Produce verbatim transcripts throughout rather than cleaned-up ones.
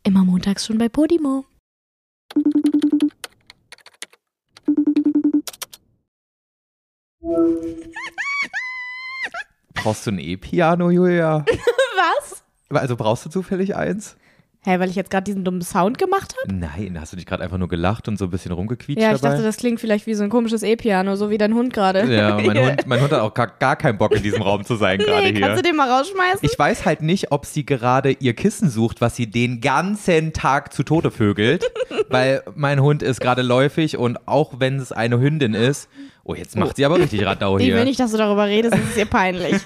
Immer montags schon bei Podimo. Brauchst du ein E-Piano, Julia? Was? Also brauchst du zufällig eins? Hä, hey, weil ich jetzt gerade diesen dummen Sound gemacht habe? Nein, hast du nicht gerade einfach nur gelacht und so ein bisschen rumgequietscht Ja, ich dabei? dachte, das klingt vielleicht wie so ein komisches E-Piano, so wie dein Hund gerade. Ja, mein Hund, mein Hund hat auch gar, gar keinen Bock in diesem Raum zu sein gerade nee, hier. Kannst du den mal rausschmeißen? Ich weiß halt nicht, ob sie gerade ihr Kissen sucht, was sie den ganzen Tag zu Tode vögelt, weil mein Hund ist gerade läufig und auch wenn es eine Hündin ist, oh, jetzt macht sie aber richtig Radau hier. Ich will nicht, dass du darüber redest, das ist ihr peinlich.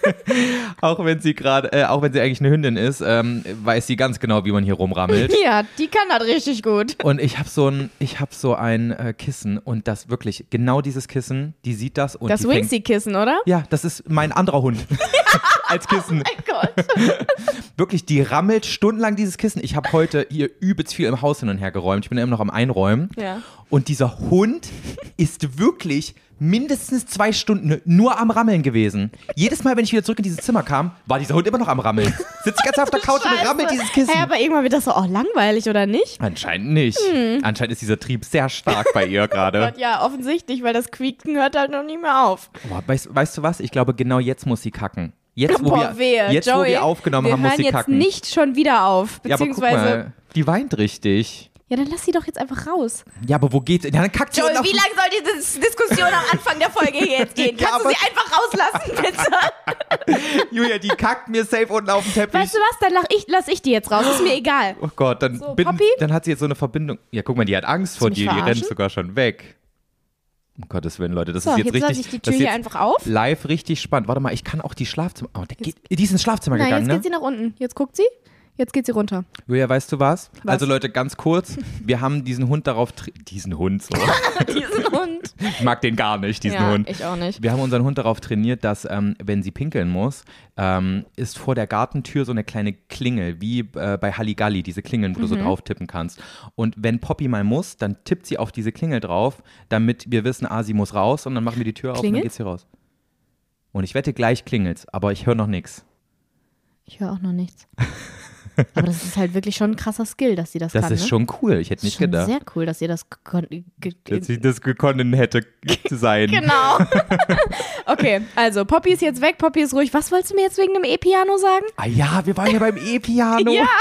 Auch wenn sie gerade, äh, auch wenn sie eigentlich eine Hündin ist, ähm, weiß sie ganz genau, wie man hier rumrammelt. Ja, die kann das richtig gut. Und ich habe so ein, ich habe so ein äh, Kissen und das wirklich, genau dieses Kissen, die sieht das und das die fängt, Winxie-Kissen, oder? ja, das ist mein anderer Hund. Als Kissen. Oh mein Gott. Wirklich, die rammelt stundenlang dieses Kissen. Ich habe heute hier übelst viel im Haus hin und her geräumt. Ich bin ja immer noch am Einräumen. Ja. Und dieser Hund ist wirklich mindestens zwei Stunden nur am Rammeln gewesen. Jedes Mal, wenn ich wieder zurück in dieses Zimmer kam, war dieser Hund immer noch am Rammeln. Sitzt ganz auf der Couch und rammelt dieses Kissen. Hey, aber irgendwann wird das so auch langweilig, oder nicht? Anscheinend nicht. Hm. Anscheinend ist dieser Trieb sehr stark bei ihr gerade. Ja, offensichtlich, weil das Quieken hört halt noch nie mehr auf. Boah, weißt, weißt du was? Ich glaube, genau jetzt muss sie kacken. Jetzt, wo, Boah, wir, wehe. jetzt Joey, wo wir aufgenommen wir haben, muss sie hören kacken. jetzt nicht schon wieder auf. Ja, aber guck Beziehungsweise. mal, die weint richtig. Ja, dann lass sie doch jetzt einfach raus. Ja, aber wo geht's? Ja, dann kackt sie Joey, noch. wie lange soll diese Diskussion am Anfang der Folge hier jetzt gehen? Ja, Kannst du sie einfach rauslassen, bitte? Julia, die kackt mir safe unten auf dem Teppich. Weißt du was? Dann lach ich, lass ich die jetzt raus. Ist mir egal. Oh Gott, dann, So, bin, Poppy? dann hat sie jetzt so eine Verbindung. Ja, guck mal, die hat Angst vor mich dir. Die verarschen? rennt sogar schon weg. Um Gottes Willen, Leute, das So, ist jetzt, jetzt richtig. lasse ich die das Tür ist hier jetzt einfach auf. Live richtig spannend. Warte mal, ich kann auch die Schlafzimmer. Oh, der geht, die ist ins Schlafzimmer Nein, gegangen, jetzt ne? geht sie nach unten. Jetzt guckt sie. Jetzt geht sie runter. Julia, weißt du was? Was? Also Leute, ganz kurz, wir haben diesen Hund darauf, tra- diesen Hund so, Diesen Hund. ich mag den gar nicht, diesen Ja, Hund. ich auch nicht. Wir haben unseren Hund darauf trainiert, dass, ähm, wenn sie pinkeln muss, ähm, ist vor der Gartentür so eine kleine Klingel, wie äh, bei Halligalli, diese Klingeln, wo du so Mhm. drauf tippen kannst. Und wenn Poppy mal muss, dann tippt sie auf diese Klingel drauf, damit wir wissen, ah, sie muss raus und dann machen wir die Tür auf und dann Klingelt's? geht sie raus. Und ich wette, gleich klingelt's, aber ich höre noch nichts. Ich höre auch noch nichts. Aber das ist halt wirklich schon ein krasser Skill, dass sie das, Das kann. ist ne? schon cool, ich hätte Das ist nicht schon gedacht, sehr cool, dass ihr das gekon- ge- ge- dass ich das gekonnt hätte sein. Genau. Okay, also Poppy ist jetzt weg, Poppy ist ruhig. Was wolltest du mir jetzt wegen dem E-Piano sagen? Ah ja, wir waren ja beim E-Piano. Ja.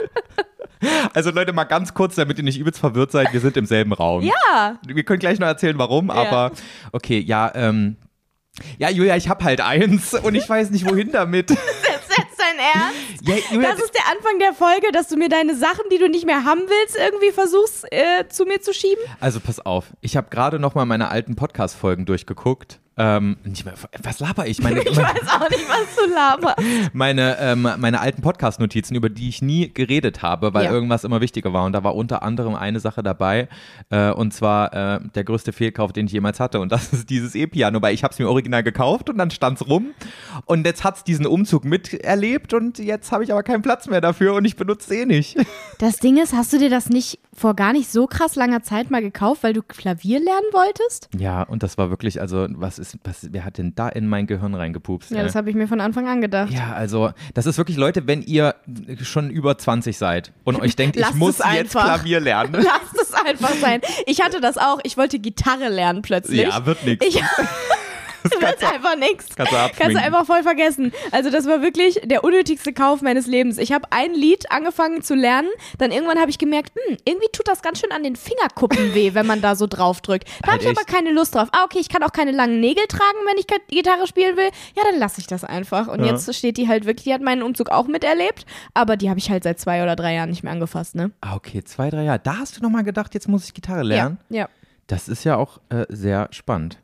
Also Leute, mal ganz kurz, damit ihr nicht übelst verwirrt seid, wir sind im selben Raum. Ja. Wir können gleich noch erzählen, warum, aber okay, ja, ähm, ja, Julia, ich hab halt eins und ich weiß nicht, wohin damit. Das ist jetzt dein Ernst? Ja, Julia, Das ist der Anfang der Folge, dass du mir deine Sachen, die du nicht mehr haben willst, irgendwie versuchst äh, zu mir zu schieben? also pass auf, ich habe gerade noch mal meine alten Podcast-Folgen durchgeguckt. Ähm, nicht mehr, was laber ich? Meine, Ich weiß auch nicht, was du laberst. meine, ähm, meine alten Podcast-Notizen, über die ich nie geredet habe, weil Ja. irgendwas immer wichtiger war. Und da war unter anderem eine Sache dabei, äh, und zwar äh, der größte Fehlkauf, den ich jemals hatte. Und das ist dieses E-Piano, weil ich habe es mir original gekauft und dann stand es rum. Und jetzt hat es diesen Umzug miterlebt und jetzt habe ich aber keinen Platz mehr dafür und ich benutze es eh nicht. Das Ding ist, hast du dir das nicht vor gar nicht so krass langer Zeit mal gekauft, weil du Klavier lernen wolltest? Ja, und das war wirklich, also was ist, was, wer hat denn da in mein Gehirn reingepupst? Ja, ey? das habe ich mir von Anfang an gedacht. Ja, also das ist wirklich, Leute, wenn ihr schon über zwanzig seid und euch denkt, ich Lasst muss es jetzt einfach. Klavier lernen. Lasst es einfach sein. Ich hatte das auch. Ich wollte Gitarre lernen plötzlich. Ja, wird nix. Ich wird einfach nichts. Kannst du Kannst abschminken. du einfach voll vergessen. Also das war wirklich der unnötigste Kauf meines Lebens. Ich habe ein Lied angefangen zu lernen, dann irgendwann habe ich gemerkt, hm, irgendwie tut das ganz schön an den Fingerkuppen weh, wenn man da so drauf drückt. Da habe Halt ich aber echt? keine Lust drauf. Ah, okay, ich kann auch keine langen Nägel tragen, wenn ich Gitarre spielen will. Ja, dann lasse ich das einfach. Und Ja. jetzt steht die halt wirklich, die hat meinen Umzug auch miterlebt, aber die habe ich halt seit zwei oder drei Jahren nicht mehr angefasst, ne? Ah, okay, zwei, drei Jahre. Da hast du nochmal gedacht, jetzt muss ich Gitarre lernen? Ja, ja. Das ist ja auch äh, sehr spannend.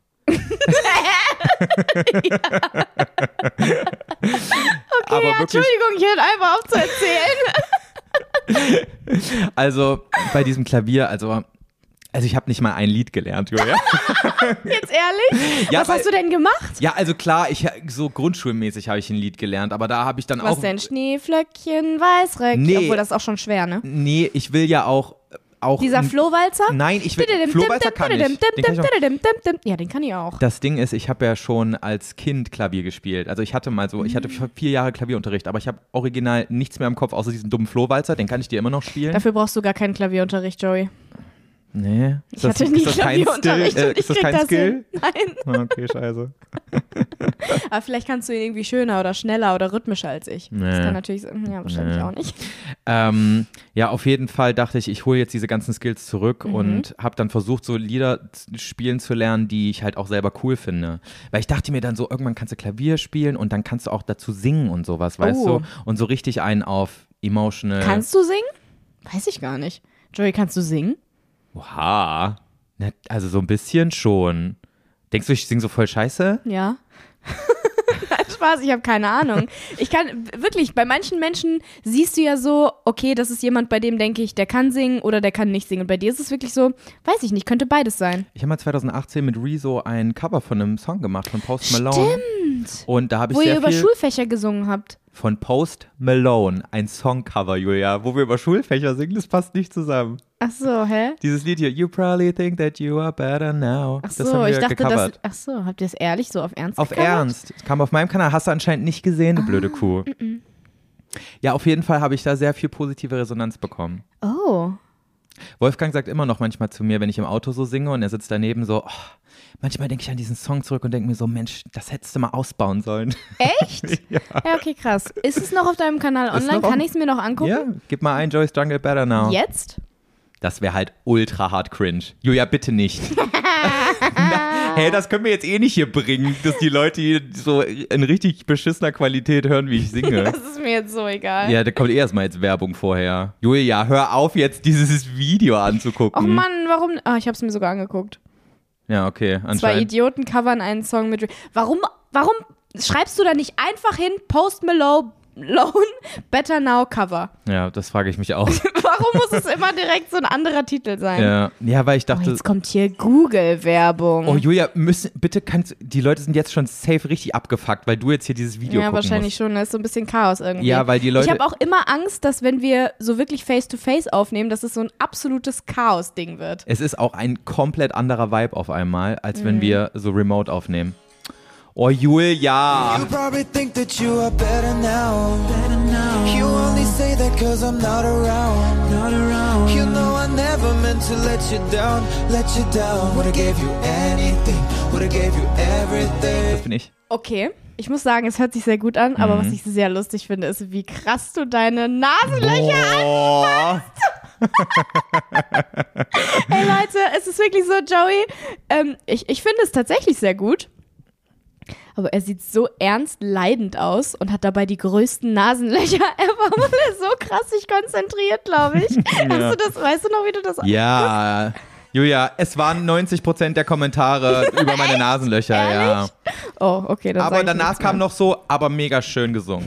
Aber Ja, wirklich, Entschuldigung, ich höre einfach auf zu erzählen. also bei diesem Klavier, also, also ich habe nicht mal ein Lied gelernt, Julia. Jetzt ehrlich? Ja, Was weil- hast du denn gemacht? Ja, also klar, ich so grundschulmäßig habe ich ein Lied gelernt, aber da habe ich dann Was auch denn? Schneeflöckchen, Weißröckchen? Nee. Obwohl, das ist auch schon schwer, ne? Nee, ich will ja auch auch... Dieser Flohwalzer? Nein, ich will... Flohwalzer kann ich. Den kann ich auch. Ja, den kann ich auch. Das Ding ist, ich habe ja schon als Kind Klavier gespielt. Also ich hatte mal so, ich hatte vier Jahre Klavierunterricht, aber ich habe original nichts mehr im Kopf, außer diesen dummen Flohwalzer. Den kann ich dir immer noch spielen. Dafür brauchst du gar keinen Klavierunterricht, Joey. Nee. Ich das, hatte nie ist das Klavierunterricht Skill, äh, und ich ist das krieg kein das Skill? hin. Nein. Okay, scheiße. Aber vielleicht kannst du ihn irgendwie schöner oder schneller oder rhythmischer als ich. Nee. Das kann natürlich, ja, wahrscheinlich Nee. auch nicht. Ähm, ja, auf jeden Fall dachte ich, ich hole jetzt diese ganzen Skills zurück Mhm. und habe dann versucht, so Lieder z- spielen zu lernen, die ich halt auch selber cool finde. Weil ich dachte mir dann so, irgendwann kannst du Klavier spielen und dann kannst du auch dazu singen und sowas, weißt Oh. du? Und so richtig einen auf emotional. Kannst du singen? Weiß ich gar nicht. Joey, kannst du singen? Oha. Na, also so ein bisschen schon. Denkst du, ich singe so voll scheiße? Ja. Nein, Spaß, ich habe keine Ahnung. Ich kann, wirklich, bei manchen Menschen siehst du ja so, okay, das ist jemand, bei dem denke ich, der kann singen oder der kann nicht singen. Und bei dir ist es wirklich so, weiß ich nicht, könnte beides sein. Ich habe mal zwanzig achtzehn mit Rezo ein Cover von einem Song gemacht, von Post Malone. Stimmt. Und da habe ich Wo sehr ihr über viel Schulfächer gesungen habt. von Post Malone, ein Songcover, Julia, wo wir über Schulfächer singen, das passt nicht zusammen. Ach so, hä? Dieses Lied hier, You probably think that you are better now. Ach das so, haben wir ich dachte, das, gecovert. ach so, habt ihr es ehrlich so auf Ernst Auf gecovert? Ernst. Das kam auf meinem Kanal, hast du anscheinend nicht gesehen, du blöde Kuh. Mm -mm. Ja, auf jeden Fall habe ich da sehr viel positive Resonanz bekommen. Oh. Wolfgang sagt immer noch manchmal zu mir, wenn ich im Auto so singe und er sitzt daneben so, oh, manchmal denke ich an diesen Song zurück und denke mir so, Mensch, das hättest du mal ausbauen sollen. Echt? Ja. Ja, okay, krass. Ist es noch auf deinem Kanal Ist online? noch Kann on- ich es mir noch angucken? Ja, gib mal ein, Joyce Jungle Better Now. Jetzt? Das wäre halt ultra hart cringe. Julia, bitte nicht. Na, hey, das können wir jetzt eh nicht hier bringen, dass die Leute hier so in richtig beschissener Qualität hören, wie ich singe. Das ist mir jetzt so egal. Ja, da kommt eh erstmal jetzt Werbung vorher. Julia, hör auf jetzt dieses Video anzugucken. Och Mann, warum? Ah, ich hab's mir sogar angeguckt. Ja, okay, Zwei anscheinend. Idioten covern einen Song mit. Warum, warum schreibst du da nicht einfach hin Post Malone Better Now Cover? Ja, das frage ich mich auch. Warum muss es immer direkt so ein anderer Titel sein? ja. ja, weil ich Oh, dachte, jetzt kommt hier Google-Werbung. oh Julia, müssen, bitte kannst, die Leute sind jetzt schon safe richtig abgefuckt, weil du jetzt hier dieses Video ja, gucken wahrscheinlich musst. schon. Da ist so ein bisschen Chaos irgendwie. Ja, weil die Leute- Ich habe auch immer Angst, dass wenn wir so wirklich Face-to-Face aufnehmen, dass es so ein absolutes Chaos-Ding wird. Es ist auch ein komplett anderer Vibe auf einmal, als Mhm. wenn wir so remote aufnehmen. Oh, Julia. You probably think that you are better now. Better now. You only say that cause I'm not around. Not around. You know I never meant to let you down. Let you down. Would've gave you anything. Would've gave you everything. Das bin ich. Okay, ich muss sagen, es hört sich sehr gut an, aber Mhm. was ich sehr lustig finde, ist, wie krass du deine Nasenlöcher Oh. Hey Leute, es ist wirklich so, Joey, ähm, ich, ich finde es tatsächlich sehr gut. Aber er sieht so ernst leidend aus und hat dabei die größten Nasenlöcher ever, weil er so krass sich konzentriert, glaube ich. Ja. Hast du das, weißt du noch, wie du das Ja. Julia, es waren neunzig Prozent der Kommentare über meine Nasenlöcher, ja. Oh, okay. Dann sag Aber ich danach nichts kam mehr. noch so, aber mega schön gesungen.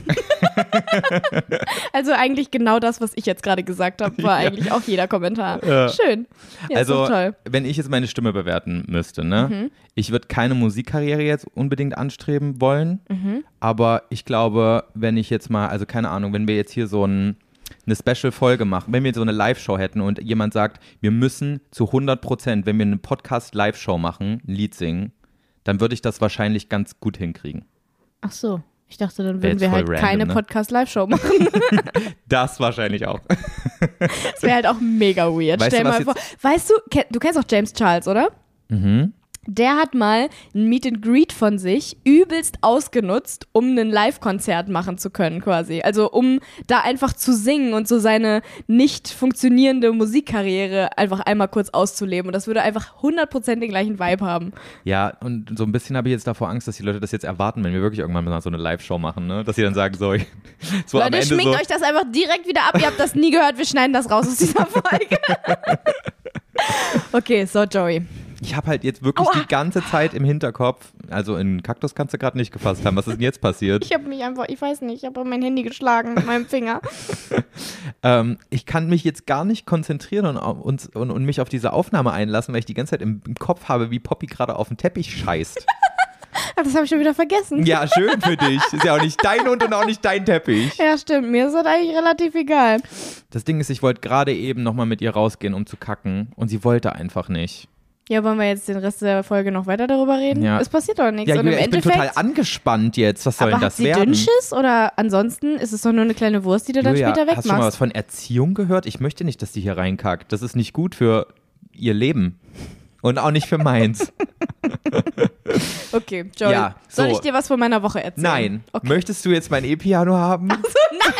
Also eigentlich genau das, was ich jetzt gerade gesagt habe, war Ja. eigentlich auch jeder Kommentar. Ja. Schön. Ja, ist also, doch toll. wenn ich jetzt meine Stimme bewerten müsste, ne? Mhm. Ich würde keine Musikkarriere jetzt unbedingt anstreben wollen, Mhm. aber ich glaube, wenn ich jetzt mal, also keine Ahnung, wenn wir jetzt hier so ein eine Special-Folge machen, wenn wir so eine Live-Show hätten und jemand sagt, wir müssen zu hundert Prozent, wenn wir eine Podcast-Live-Show machen, ein Lied singen, dann würde ich das wahrscheinlich ganz gut hinkriegen. Ach so. Ich dachte, dann Wär würden jetzt wir voll halt random, keine ne? Podcast-Live-Show machen. Das wahrscheinlich auch. Das wäre halt auch mega weird. Weißt Stell du, mal was vor. Weißt du, ke- du kennst auch James Charles, oder? Mhm. Der hat mal ein Meet and Greet von sich übelst ausgenutzt, um ein Live-Konzert machen zu können quasi. Also um da einfach zu singen und so seine nicht funktionierende Musikkarriere einfach einmal kurz auszuleben. Und das würde einfach hundert Prozent den gleichen Vibe haben. Ja, und so ein bisschen habe ich jetzt davor Angst, dass die Leute das jetzt erwarten, wenn wir wirklich irgendwann mal so eine Live-Show machen, ne? Dass sie dann sagen, so, so am Leute, Ende schminkt so, euch das einfach direkt wieder ab. Ihr habt das nie gehört, wir schneiden das raus aus dieser Folge. Okay, so Joey. ich habe halt jetzt wirklich Aua. die ganze Zeit im Hinterkopf, also in Kaktus kannst du gerade nicht gefasst haben, was ist denn jetzt passiert? Ich habe mich einfach, ich weiß nicht, ich habe mein Handy geschlagen mit meinem Finger. ähm, ich kann mich jetzt gar nicht konzentrieren und, und, und, und mich auf diese Aufnahme einlassen, weil ich die ganze Zeit im, im Kopf habe, wie Poppy gerade auf den Teppich scheißt. Ach, das habe ich schon wieder vergessen. Ja, schön für dich. Ist ja auch nicht dein Hund und auch nicht dein Teppich. Ja, stimmt. Mir ist das eigentlich relativ egal. Das Ding ist, ich wollte gerade eben nochmal mit ihr rausgehen, um zu kacken. Und sie wollte einfach nicht. Ja, wollen wir jetzt den Rest der Folge noch weiter darüber reden? Ja. Es passiert doch nichts. Ja, und Julia, im ich bin Endeffekt, total angespannt jetzt. Was soll aber denn hat das sie werden? Dünnschiss oder ansonsten ist es doch nur eine kleine Wurst, die du dann Julia, später hast du schon mal was wegmachst? von Erziehung gehört? Ich möchte nicht, dass die hier reinkackt. Das ist nicht gut für ihr Leben. Und auch nicht für meins. Okay, Joey, Ja, so. soll ich dir was von meiner Woche erzählen? Nein. Okay. Möchtest du jetzt mein E-Piano haben? Nein!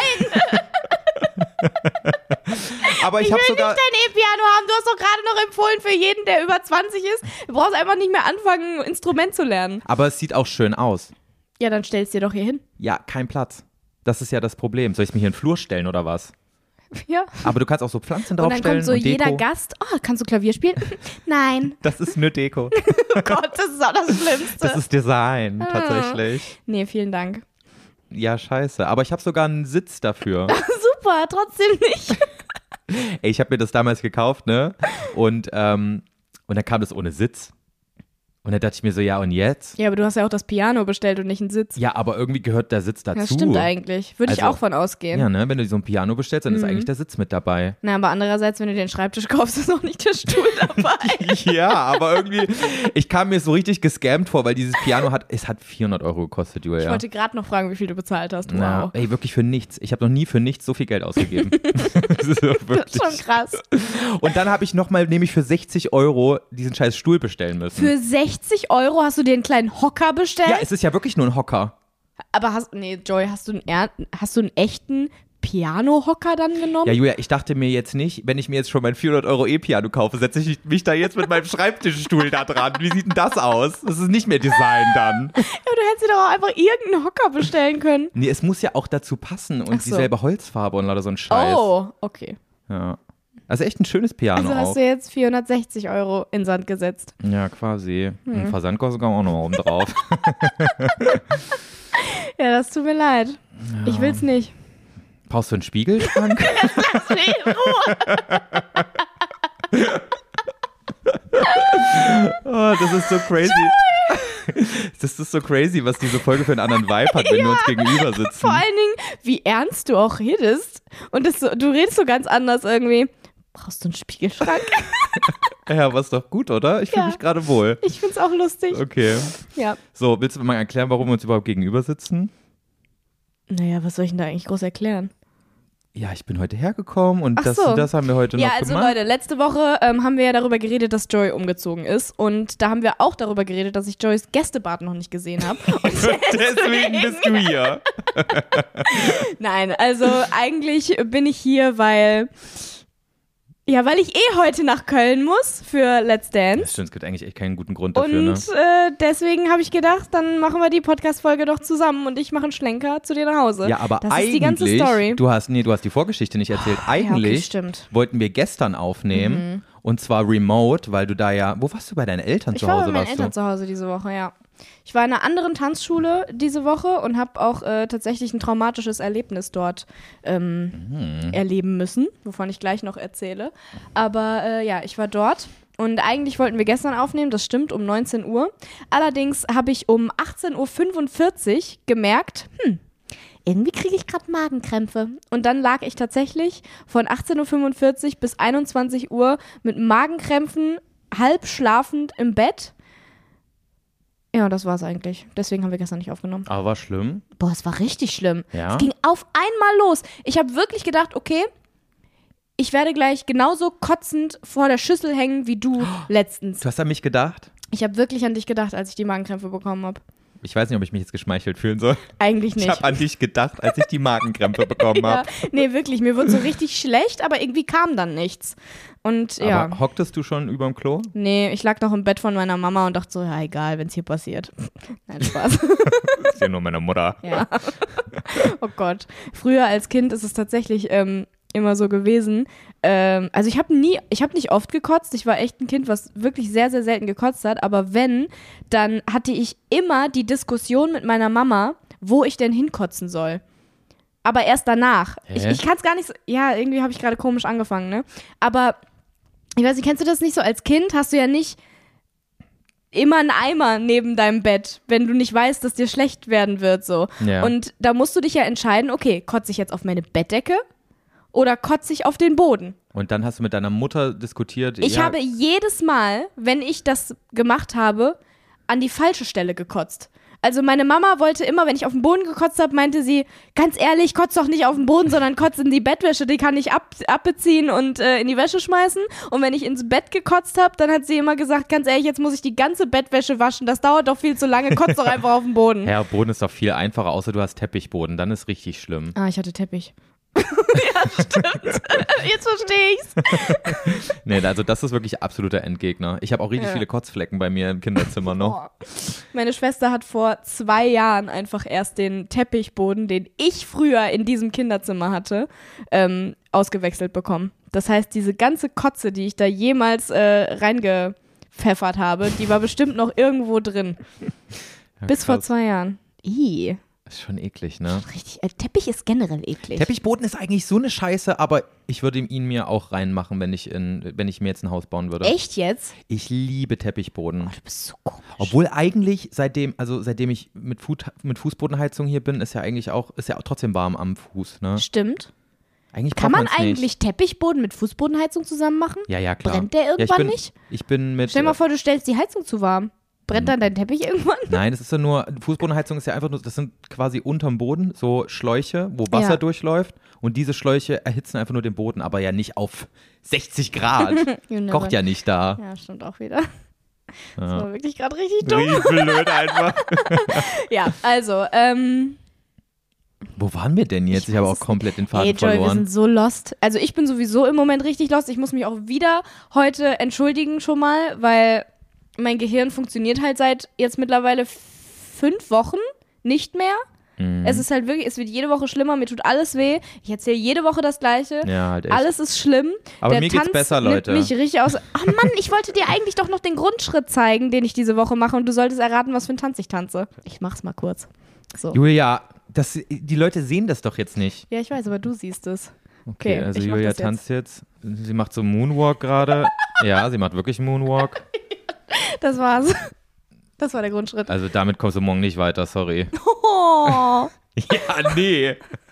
Aber ich, Ich habe will sogar. nicht dein E-Piano haben. Du hast doch gerade noch empfohlen für jeden, der über zwanzig ist. Du brauchst einfach nicht mehr anfangen, ein Instrument zu lernen. Aber es sieht auch schön aus. Ja, dann stell's dir doch hier hin. Ja, kein Platz. Das ist ja das Problem. Soll ich es mir hier in den Flur stellen oder was? Ja. Aber du kannst auch so Pflanzen Und dann draufstellen kommt so und Deko. jeder Gast. Oh, kannst du Klavier spielen? Nein. Das ist nur Deko. Oh Gott, das ist auch das Schlimmste. Das ist Design, tatsächlich. Nee, vielen Dank. Ja, scheiße. Aber ich habe sogar einen Sitz dafür. Super, trotzdem nicht. Ey, ich habe mir das damals gekauft, ne? Und, ähm, und dann kam das ohne Sitz. Und dann dachte ich mir so, ja, und jetzt? Ja, aber du hast ja auch das Piano bestellt und nicht einen Sitz. Ja, aber irgendwie gehört der Sitz dazu. Das stimmt eigentlich. Würde ich Also, auch von ausgehen. Ja, ne? Wenn du so ein Piano bestellst, dann ist eigentlich der Sitz mit dabei. Na, aber andererseits, wenn du den Schreibtisch kaufst, ist auch nicht der Stuhl dabei. Ja, aber irgendwie, ich kam mir so richtig gescammt vor, weil dieses Piano hat, es hat vierhundert Euro gekostet, Julia. Ich wollte gerade noch fragen, wie viel du bezahlt hast. Wow. Na, ey, wirklich für nichts. Ich habe noch nie für nichts so viel Geld ausgegeben. Das ist doch Das ist schon krass. Und dann habe ich nochmal nämlich für sechzig Euro diesen scheiß Stuhl bestellen müssen. Für sechzig Euro hast du dir einen kleinen Hocker bestellt? Ja, es ist ja wirklich nur ein Hocker. Aber hast, nee, Joy, hast du einen, er- hast du einen echten Piano-Hocker dann genommen? Ja, Julia, ich dachte mir jetzt nicht, wenn ich mir jetzt schon mein vierhundert Euro E-Piano kaufe, setze ich mich da jetzt mit meinem Schreibtischstuhl da dran. Wie sieht denn das aus? Das ist nicht mehr Design dann. Ja, du hättest dir doch auch einfach irgendeinen Hocker bestellen können. Nee, es muss ja auch dazu passen und Ach so. dieselbe Holzfarbe und lauter so ein Scheiß. Oh, okay. Ja. Also echt ein schönes Piano Also hast auch. du jetzt vierhundertsechzig Euro in Sand gesetzt. Ja, quasi. Hm. Und Versandkosten kam auch nochmal oben drauf. Ja, das tut mir leid. Ich will's nicht. Brauchst du einen Spiegelschrank? Lass mich in Ruhe. Oh, das ist so crazy. Das ist so crazy, was diese Folge für einen anderen Vibe hat, wenn wir uns gegenüber sitzen. Vor allen Dingen, wie ernst du auch redest. Und das so, du redest so ganz anders irgendwie. Brauchst du einen Spiegelschrank? Ja, was doch gut, oder? Ich fühle Ja. mich gerade wohl. Ich find's auch lustig. Okay. Ja. So, willst du mir mal erklären, warum wir uns überhaupt gegenüber sitzen? Naja, was soll ich denn da eigentlich groß erklären? Ja, ich bin heute hergekommen und Ach das, so. das haben wir heute Ja, noch also gemacht. Leute, letzte Woche ähm, haben wir ja darüber geredet, dass Joy umgezogen ist. Und da haben wir auch darüber geredet, dass ich Joys Gästebad noch nicht gesehen habe. Und Deswegen bist du hier. Nein, also eigentlich bin ich hier, weil ja, weil ich eh heute nach Köln muss für Let's Das Dance. stimmt, es gibt eigentlich echt keinen guten Grund dafür, Und ne? äh, deswegen habe ich gedacht, dann machen wir die Podcast-Folge doch zusammen und ich mache einen Schlenker zu dir nach Hause. Ja, aber das eigentlich, ist die ganze Story. du hast, nee, du hast die Vorgeschichte nicht erzählt. Ja, okay, Eigentlich stimmt. wollten wir gestern aufnehmen Mhm. und zwar remote, weil du da ja, wo warst du, bei deinen Eltern Ich zu war Hause? bei meinen warst Eltern du? zu Hause diese Woche, ja. Ich war in einer anderen Tanzschule diese Woche und habe auch äh, tatsächlich ein traumatisches Erlebnis dort ähm, Mhm. erleben müssen, wovon ich gleich noch erzähle. Aber äh, ja, ich war dort und eigentlich wollten wir gestern aufnehmen, das stimmt, um neunzehn Uhr. Allerdings habe ich um achtzehn Uhr fünfundvierzig gemerkt, hm, irgendwie kriege ich gerade Magenkrämpfe. Und dann lag ich tatsächlich von achtzehn Uhr fünfundvierzig bis einundzwanzig Uhr mit Magenkrämpfen, halb schlafend im Bett. Ja, das war's eigentlich. Deswegen haben wir gestern nicht aufgenommen. Aber war schlimm. Boah, es war richtig schlimm. Ja? Es ging auf einmal los. Ich habe wirklich gedacht, okay, ich werde gleich genauso kotzend vor der Schüssel hängen wie du letztens. Du hast an mich gedacht? Ich habe wirklich an dich gedacht, als ich die Magenkrämpfe bekommen habe. Ich weiß nicht, ob ich mich jetzt geschmeichelt fühlen soll. Eigentlich Ich nicht. habe an dich gedacht, als ich die Magenkrämpfe bekommen Ja, habe. nee, wirklich. Mir wurde so richtig schlecht, aber irgendwie kam dann nichts. Und ja, Aber hocktest du schon überm Klo? nee, ich lag noch im Bett von meiner Mama und dachte so, ja, egal, wenn es hier passiert. Nein, Spaß. Das ist ja nur meine Mutter. Ja. Oh Gott. Früher als Kind ist es tatsächlich ähm, immer so gewesen. Ähm, also ich habe nie, ich habe nicht oft gekotzt. Ich war echt ein Kind, was wirklich sehr, sehr selten gekotzt hat. Aber wenn, dann hatte ich immer die Diskussion mit meiner Mama, wo ich denn hinkotzen soll. Aber erst danach. Hä? Ich, ich kann es gar nicht so, ja, irgendwie habe ich gerade komisch angefangen, ne? Aber ich weiß nicht, kennst du das nicht so? Als Kind hast du ja nicht immer einen Eimer neben deinem Bett, wenn du nicht weißt, dass dir schlecht werden wird, so. Ja. Und da musst du dich ja entscheiden, okay, kotze ich jetzt auf meine Bettdecke oder kotze ich auf den Boden? Und dann hast du mit deiner Mutter diskutiert. Ich ja, habe jedes Mal, wenn ich das gemacht habe, an die falsche Stelle gekotzt. Also meine Mama wollte immer, wenn ich auf den Boden gekotzt habe, meinte sie, ganz ehrlich, kotz doch nicht auf den Boden, sondern kotz in die Bettwäsche, die kann ich ab, abbeziehen und äh, in die Wäsche schmeißen. Und wenn ich ins Bett gekotzt habe, dann hat sie immer gesagt, ganz ehrlich, jetzt muss ich die ganze Bettwäsche waschen, das dauert doch viel zu lange, kotz doch einfach auf den Boden. Ja, Boden ist doch viel einfacher, außer du hast Teppichboden, dann ist richtig schlimm. Ah, ich hatte Teppich. Ja, stimmt. Jetzt verstehe ich's. Nee, also das ist wirklich absoluter Endgegner. Ich habe auch richtig Ja. viele Kotzflecken bei mir im Kinderzimmer noch. Oh. Meine Schwester hat vor zwei Jahren einfach erst den Teppichboden, den ich früher in diesem Kinderzimmer hatte, ähm, ausgewechselt bekommen. Das heißt, diese ganze Kotze, die ich da jemals äh, reingepfeffert habe, die war bestimmt noch irgendwo drin. Ja, Bis vor krass. zwei Jahren. Ih. Ist schon eklig, ne? Richtig. Äh, Teppich ist generell eklig. Teppichboden ist eigentlich so eine Scheiße, aber ich würde ihn mir auch reinmachen, wenn ich, in, wenn ich mir jetzt ein Haus bauen würde. Echt jetzt? Ich liebe Teppichboden. Oh, du bist so komisch. Obwohl eigentlich, seitdem, also seitdem ich mit, Fu- mit Fußbodenheizung hier bin, ist ja eigentlich auch, ist ja auch trotzdem warm am Fuß, ne? Stimmt. Eigentlich Kann braucht man man's eigentlich nicht. Teppichboden mit Fußbodenheizung zusammen machen? Ja, ja, klar. Brennt der ja, ich irgendwann bin, nicht? Ich bin mit. Stell dir mal äh, vor, du stellst die Heizung zu warm. Brennt dann dein Teppich irgendwann? Nein, das ist ja nur, Fußbodenheizung ist ja einfach nur, das sind quasi unterm Boden so Schläuche, wo Wasser Ja. durchläuft und diese Schläuche erhitzen einfach nur den Boden, aber ja nicht auf sechzig Grad. You never- Kocht ja nicht da. Ja, stimmt auch wieder. Das Ja. war wirklich gerade richtig dumm. Richtig blöd einfach. Ja, also, ähm, Wo waren wir denn jetzt? Ich Ich, habe weiß auch es komplett den Faden hey Joy, wir verloren. sind so lost. Also ich bin sowieso im Moment richtig lost. Ich muss mich auch wieder heute entschuldigen schon mal, weil mein Gehirn funktioniert halt seit jetzt mittlerweile f- fünf Wochen nicht mehr. Mhm. Es ist halt wirklich, es wird jede Woche schlimmer, mir tut alles weh. Ich erzähle jede Woche das Gleiche. Ja, halt echt. Alles ist schlimm. Aber Der mir geht's Tanz besser, Leute. nimmt mich richtig aus. Oh Mann, ich wollte dir eigentlich doch noch den Grundschritt zeigen, den ich diese Woche mache und du solltest erraten, was für ein Tanz ich tanze. Ich mach's mal kurz. So. Julia, das, die Leute sehen das doch jetzt nicht. Ja, ich weiß, aber du siehst es. Okay, Okay, also ich mach Julia das jetzt. tanzt jetzt. Sie macht so Moonwalk gerade. Ja, sie macht wirklich einen Moonwalk. Das war's. Das war der Grundschritt. Also damit kommst du morgen nicht weiter, sorry. Oh, Ja, nee.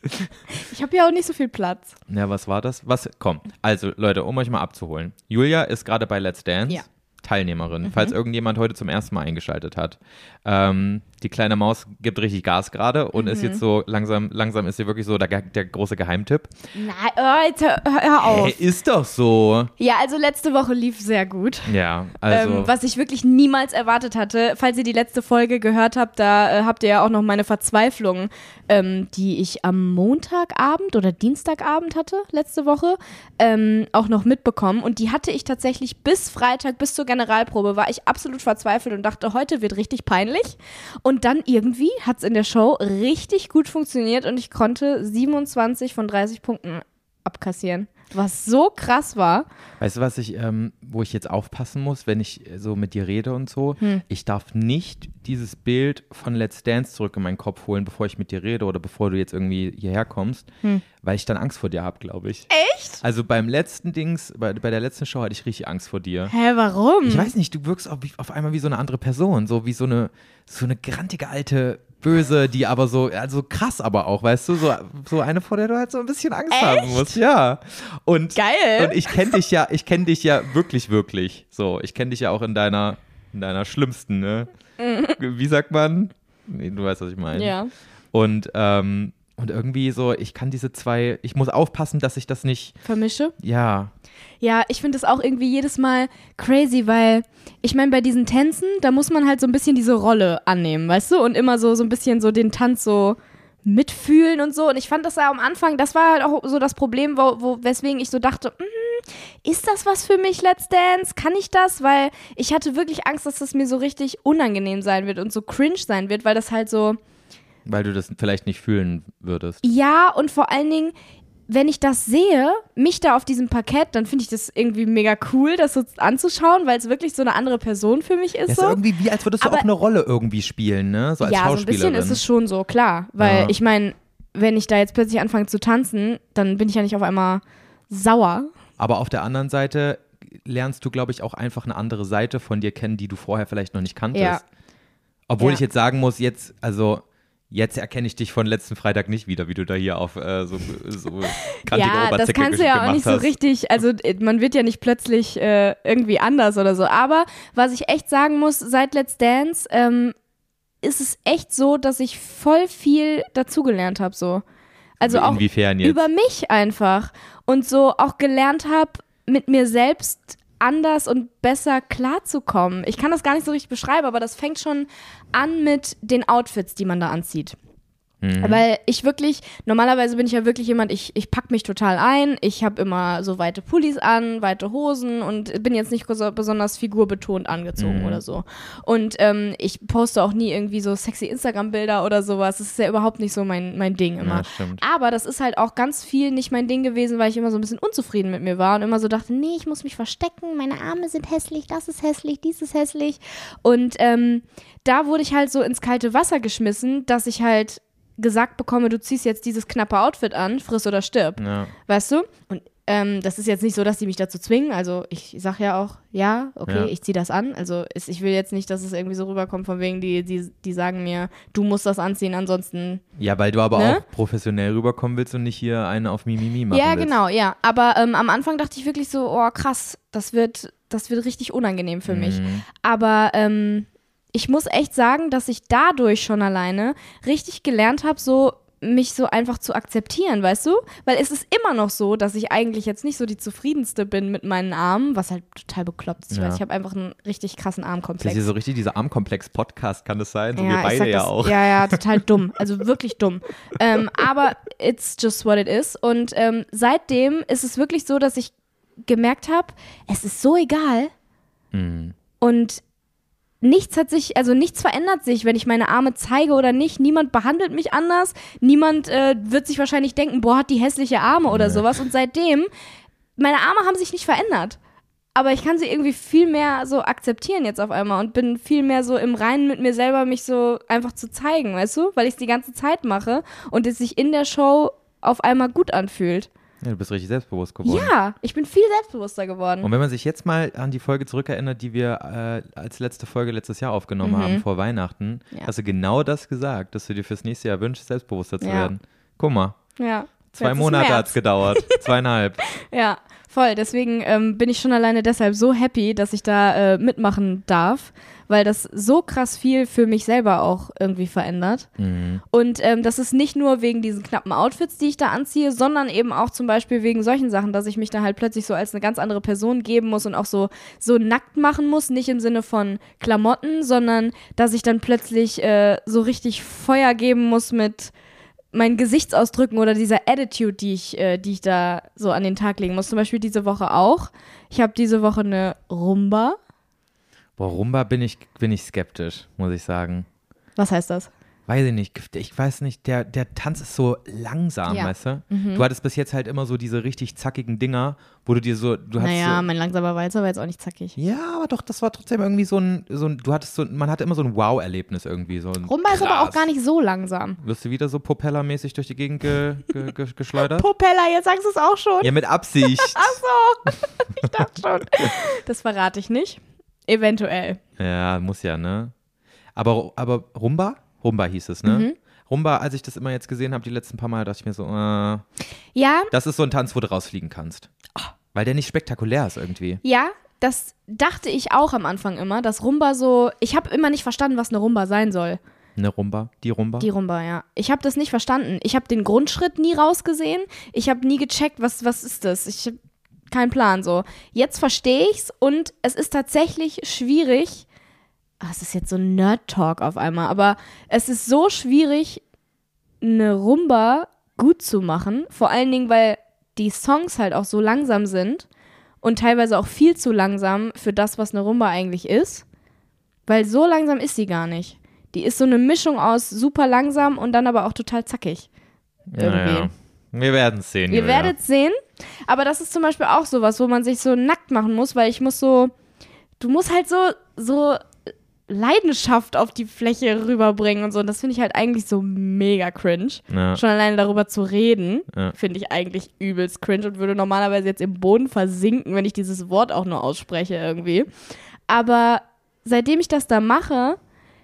ich habe ja auch nicht so viel Platz. Ja, was war das? Was? Komm, also Leute, um euch mal abzuholen. Julia ist gerade bei Let's Dance. Ja. Teilnehmerin, falls irgendjemand heute zum ersten Mal eingeschaltet hat. Ähm, die kleine Maus gibt richtig Gas gerade und ist jetzt so, langsam, langsam ist sie wirklich so der, der große Geheimtipp. Nein, oh, jetzt hör, hör auf. Hey, ist doch so. Ja, also letzte Woche lief sehr gut. Ja, also. Ähm, was ich wirklich niemals erwartet hatte. Falls ihr die letzte Folge gehört habt, da äh, habt ihr ja auch noch meine Verzweiflung, ähm, die ich am Montagabend oder Dienstagabend hatte, letzte Woche, ähm, auch noch mitbekommen. Und die hatte ich tatsächlich bis Freitag, bis zur Generalprobe, war ich absolut verzweifelt und dachte, heute wird richtig peinlich. Und dann irgendwie hat es in der Show richtig gut funktioniert und ich konnte siebenundzwanzig von dreißig Punkten abkassieren. Was so krass war. Weißt du, was ich, ähm, wo ich jetzt aufpassen muss, wenn ich so mit dir rede und so? Hm. Ich darf nicht dieses Bild von Let's Dance zurück in meinen Kopf holen, bevor ich mit dir rede oder bevor du jetzt irgendwie hierher kommst, Hm. weil ich dann Angst vor dir habe, glaube ich. Echt? Also beim letzten Dings, bei, bei der letzten Show hatte ich richtig Angst vor dir. Hä, warum? Ich weiß nicht, du wirkst auf, auf einmal wie so eine andere Person, so wie so eine, so eine grantige alte Böse, die aber so, also krass aber auch, weißt du, so, so eine, vor der du halt so ein bisschen Angst Echt? haben musst, ja. Und, Geil. Und ich kenne dich ja, ich kenne dich ja wirklich, wirklich, so, ich kenne dich ja auch in deiner, in deiner schlimmsten, ne? Wie sagt man? Nee, du weißt, was ich meine. Ja. Und, ähm, und irgendwie so, ich kann diese zwei, ich muss aufpassen, dass ich das nicht, Vermische? ja, Ja, ich finde das auch irgendwie jedes Mal crazy, weil ich meine, bei diesen Tänzen, da muss man halt so ein bisschen diese Rolle annehmen, weißt du? Und immer so, so ein bisschen so den Tanz so mitfühlen und so. Und ich fand das ja am Anfang, das war halt auch so das Problem, wo, wo weswegen ich so dachte, mm, ist das was für mich, Let's Dance? Kann ich das? Weil ich hatte wirklich Angst, dass das mir so richtig unangenehm sein wird und so cringe sein wird, weil das halt so, weil du das vielleicht nicht fühlen würdest. ja, und vor allen Dingen, wenn ich das sehe, mich da auf diesem Parkett, dann finde ich das irgendwie mega cool, das so anzuschauen, weil es wirklich so eine andere Person für mich ist. Das ist so. irgendwie wie, als würdest du Aber- auch eine Rolle irgendwie spielen, ne? So als Ja, so ein Schauspielerin. bisschen ist es schon so, klar. Weil Ja. ich meine, wenn ich da jetzt plötzlich anfange zu tanzen, dann bin ich ja nicht auf einmal sauer. Aber auf der anderen Seite lernst du, glaube ich, auch einfach eine andere Seite von dir kennen, die du vorher vielleicht noch nicht kanntest. Ja. Obwohl Ja. ich jetzt sagen muss, jetzt, also jetzt erkenne ich dich von letzten Freitag nicht wieder, wie du da hier auf äh, so, so kantige Ja, das Oberzecke kannst du ja auch gemacht nicht so hast. richtig, also äh, man wird ja nicht plötzlich äh, irgendwie anders oder so. Aber was ich echt sagen muss, seit Let's Dance ähm, ist es echt so, dass ich voll viel dazugelernt habe so. Also auch Inwiefern jetzt? über mich einfach und so auch gelernt habe, mit mir selbst anders und besser klarzukommen. Ich kann das gar nicht so richtig beschreiben, aber das fängt schon an mit den Outfits, die man da anzieht. Mhm. Weil ich wirklich, normalerweise bin ich ja wirklich jemand, ich, ich pack mich total ein, ich habe immer so weite Pullis an, weite Hosen und bin jetzt nicht so besonders figurbetont angezogen Mhm. oder so. Und ähm, ich poste auch nie irgendwie so sexy Instagram-Bilder oder sowas, das ist ja überhaupt nicht so mein, mein Ding immer. Ja, stimmt. Aber das ist halt auch ganz viel nicht mein Ding gewesen, weil ich immer so ein bisschen unzufrieden mit mir war und immer so dachte, nee, ich muss mich verstecken, meine Arme sind hässlich, das ist hässlich, dies ist hässlich. Und ähm, da wurde ich halt so ins kalte Wasser geschmissen, dass ich halt gesagt bekomme, du ziehst jetzt dieses knappe Outfit an, friss oder stirb, Ja. weißt du? Und ähm, das ist jetzt nicht so, dass die mich dazu zwingen, also ich sag ja auch, ja, okay, Ja. ich zieh das an, also ist, ich will jetzt nicht, dass es irgendwie so rüberkommt von wegen, die, die, die sagen mir, du musst das anziehen, ansonsten ja, weil du aber Ne? auch professionell rüberkommen willst und nicht hier eine auf Mimimi machen ja, willst. genau, ja. Aber ähm, am Anfang dachte ich wirklich so, oh krass, das wird, das wird richtig unangenehm für mich. Mhm. Aber ähm, ich muss echt sagen, dass ich dadurch schon alleine richtig gelernt habe, so mich so einfach zu akzeptieren, weißt du? Weil es ist immer noch so, dass ich eigentlich jetzt nicht so die zufriedenste bin mit meinen Armen, was halt total bekloppt ist. Ich Ja. weiß, ich habe einfach einen richtig krassen Das ist Armkomplex. hier so richtig dieser Armkomplex-Podcast, kann das sein? So wir ich beide sag ja das, auch. Ja, ja, total dumm. Also wirklich dumm. Ähm, aber it's just what it is. Und ähm, seitdem ist es wirklich so, dass ich gemerkt habe, es ist so egal Mhm. und nichts hat sich, also nichts verändert sich, wenn ich meine Arme zeige oder nicht. Niemand behandelt mich anders. Niemand äh, wird sich wahrscheinlich denken, boah, hat die hässliche Arme oder Nee. sowas. Und seitdem, meine Arme haben sich nicht verändert. Aber ich kann sie irgendwie viel mehr so akzeptieren jetzt auf einmal und bin viel mehr so im Reinen mit mir selber, mich so einfach zu zeigen, weißt du? Weil ich es die ganze Zeit mache und es sich in der Show auf einmal gut anfühlt. Ja, du bist richtig selbstbewusst geworden. Ja, ich bin viel selbstbewusster geworden. Und wenn man sich jetzt mal an die Folge zurückerinnert, die wir äh, als letzte Folge letztes Jahr aufgenommen Mhm. haben, vor Weihnachten, Ja. hast du genau das gesagt, dass du dir fürs nächste Jahr wünschst, selbstbewusster zu Ja. werden. Guck mal, Ja. zwei Jetzt ist Monate März. hat es gedauert, zweieinhalb. Ja, voll. Deswegen ähm, bin ich schon alleine deshalb so happy, dass ich da äh, mitmachen darf, weil das so krass viel für mich selber auch irgendwie verändert. Mhm. Und ähm, das ist nicht nur wegen diesen knappen Outfits, die ich da anziehe, sondern eben auch zum Beispiel wegen solchen Sachen, dass ich mich da halt plötzlich so als eine ganz andere Person geben muss und auch so, so nackt machen muss, nicht im Sinne von Klamotten, sondern dass ich dann plötzlich äh, so richtig Feuer geben muss mit meinen Gesichtsausdrücken oder dieser Attitude, die ich, äh, die ich da so an den Tag legen muss. Zum Beispiel diese Woche auch. Ich habe diese Woche eine Rumba. Boah, Rumba bin ich, bin ich skeptisch, muss ich sagen. Was heißt das? Weiß ich nicht, ich weiß nicht, der, der Tanz ist so langsam, Ja. weißt du? Mhm. Du hattest bis jetzt halt immer so diese richtig zackigen Dinger, wo du dir so, du hast Naja, so, mein langsamer Walzer war jetzt auch nicht zackig. ja, aber doch, das war trotzdem irgendwie so ein, so ein du hattest so, man hatte immer so ein Wow-Erlebnis irgendwie. So ein Rumba ist aber auch krass. gar nicht so langsam. Wirst du wieder so propellermäßig durch die Gegend ge, ge, ge, geschleudert? Propeller, jetzt sagst du es auch schon. Ja, mit Absicht. Ach so, ich dachte schon. Das verrate ich nicht. Eventuell. Ja, muss ja, ne? Aber, aber Rumba? Rumba hieß es, ne? Mhm. Rumba, als ich das immer jetzt gesehen habe, die letzten paar Mal, dachte ich mir so, äh, Ja, das ist so ein Tanz, wo du rausfliegen kannst. Weil der nicht spektakulär ist irgendwie. ja, das dachte ich auch am Anfang immer, dass Rumba so, ich habe immer nicht verstanden, was eine Rumba sein soll. Eine Rumba? Die Rumba? Die Rumba, ja. Ich habe das nicht verstanden. Ich habe den Grundschritt nie rausgesehen. Ich habe nie gecheckt, was, was ist das? Ich habe keinen Plan so. Jetzt verstehe ich's und es ist tatsächlich schwierig. Ah, es ist jetzt so ein Nerd-Talk auf einmal, aber es ist so schwierig, eine Rumba gut zu machen. Vor allen Dingen, weil die Songs halt auch so langsam sind und teilweise auch viel zu langsam für das, was eine Rumba eigentlich ist. Weil so langsam ist sie gar nicht. Die ist so eine Mischung aus super langsam und dann aber auch total zackig. Irgendwie. Ja, ja. Wir werden es sehen. Ihr Julia. werdet sehen. Aber das ist zum Beispiel auch sowas, wo man sich so nackt machen muss, weil ich muss so, du musst halt so, so Leidenschaft auf die Fläche rüberbringen und so. Und das finde ich halt eigentlich so mega cringe. Ja. Schon alleine darüber zu reden, Ja. finde ich eigentlich übelst cringe und würde normalerweise jetzt im Boden versinken, wenn ich dieses Wort auch nur ausspreche irgendwie. Aber seitdem ich das da mache,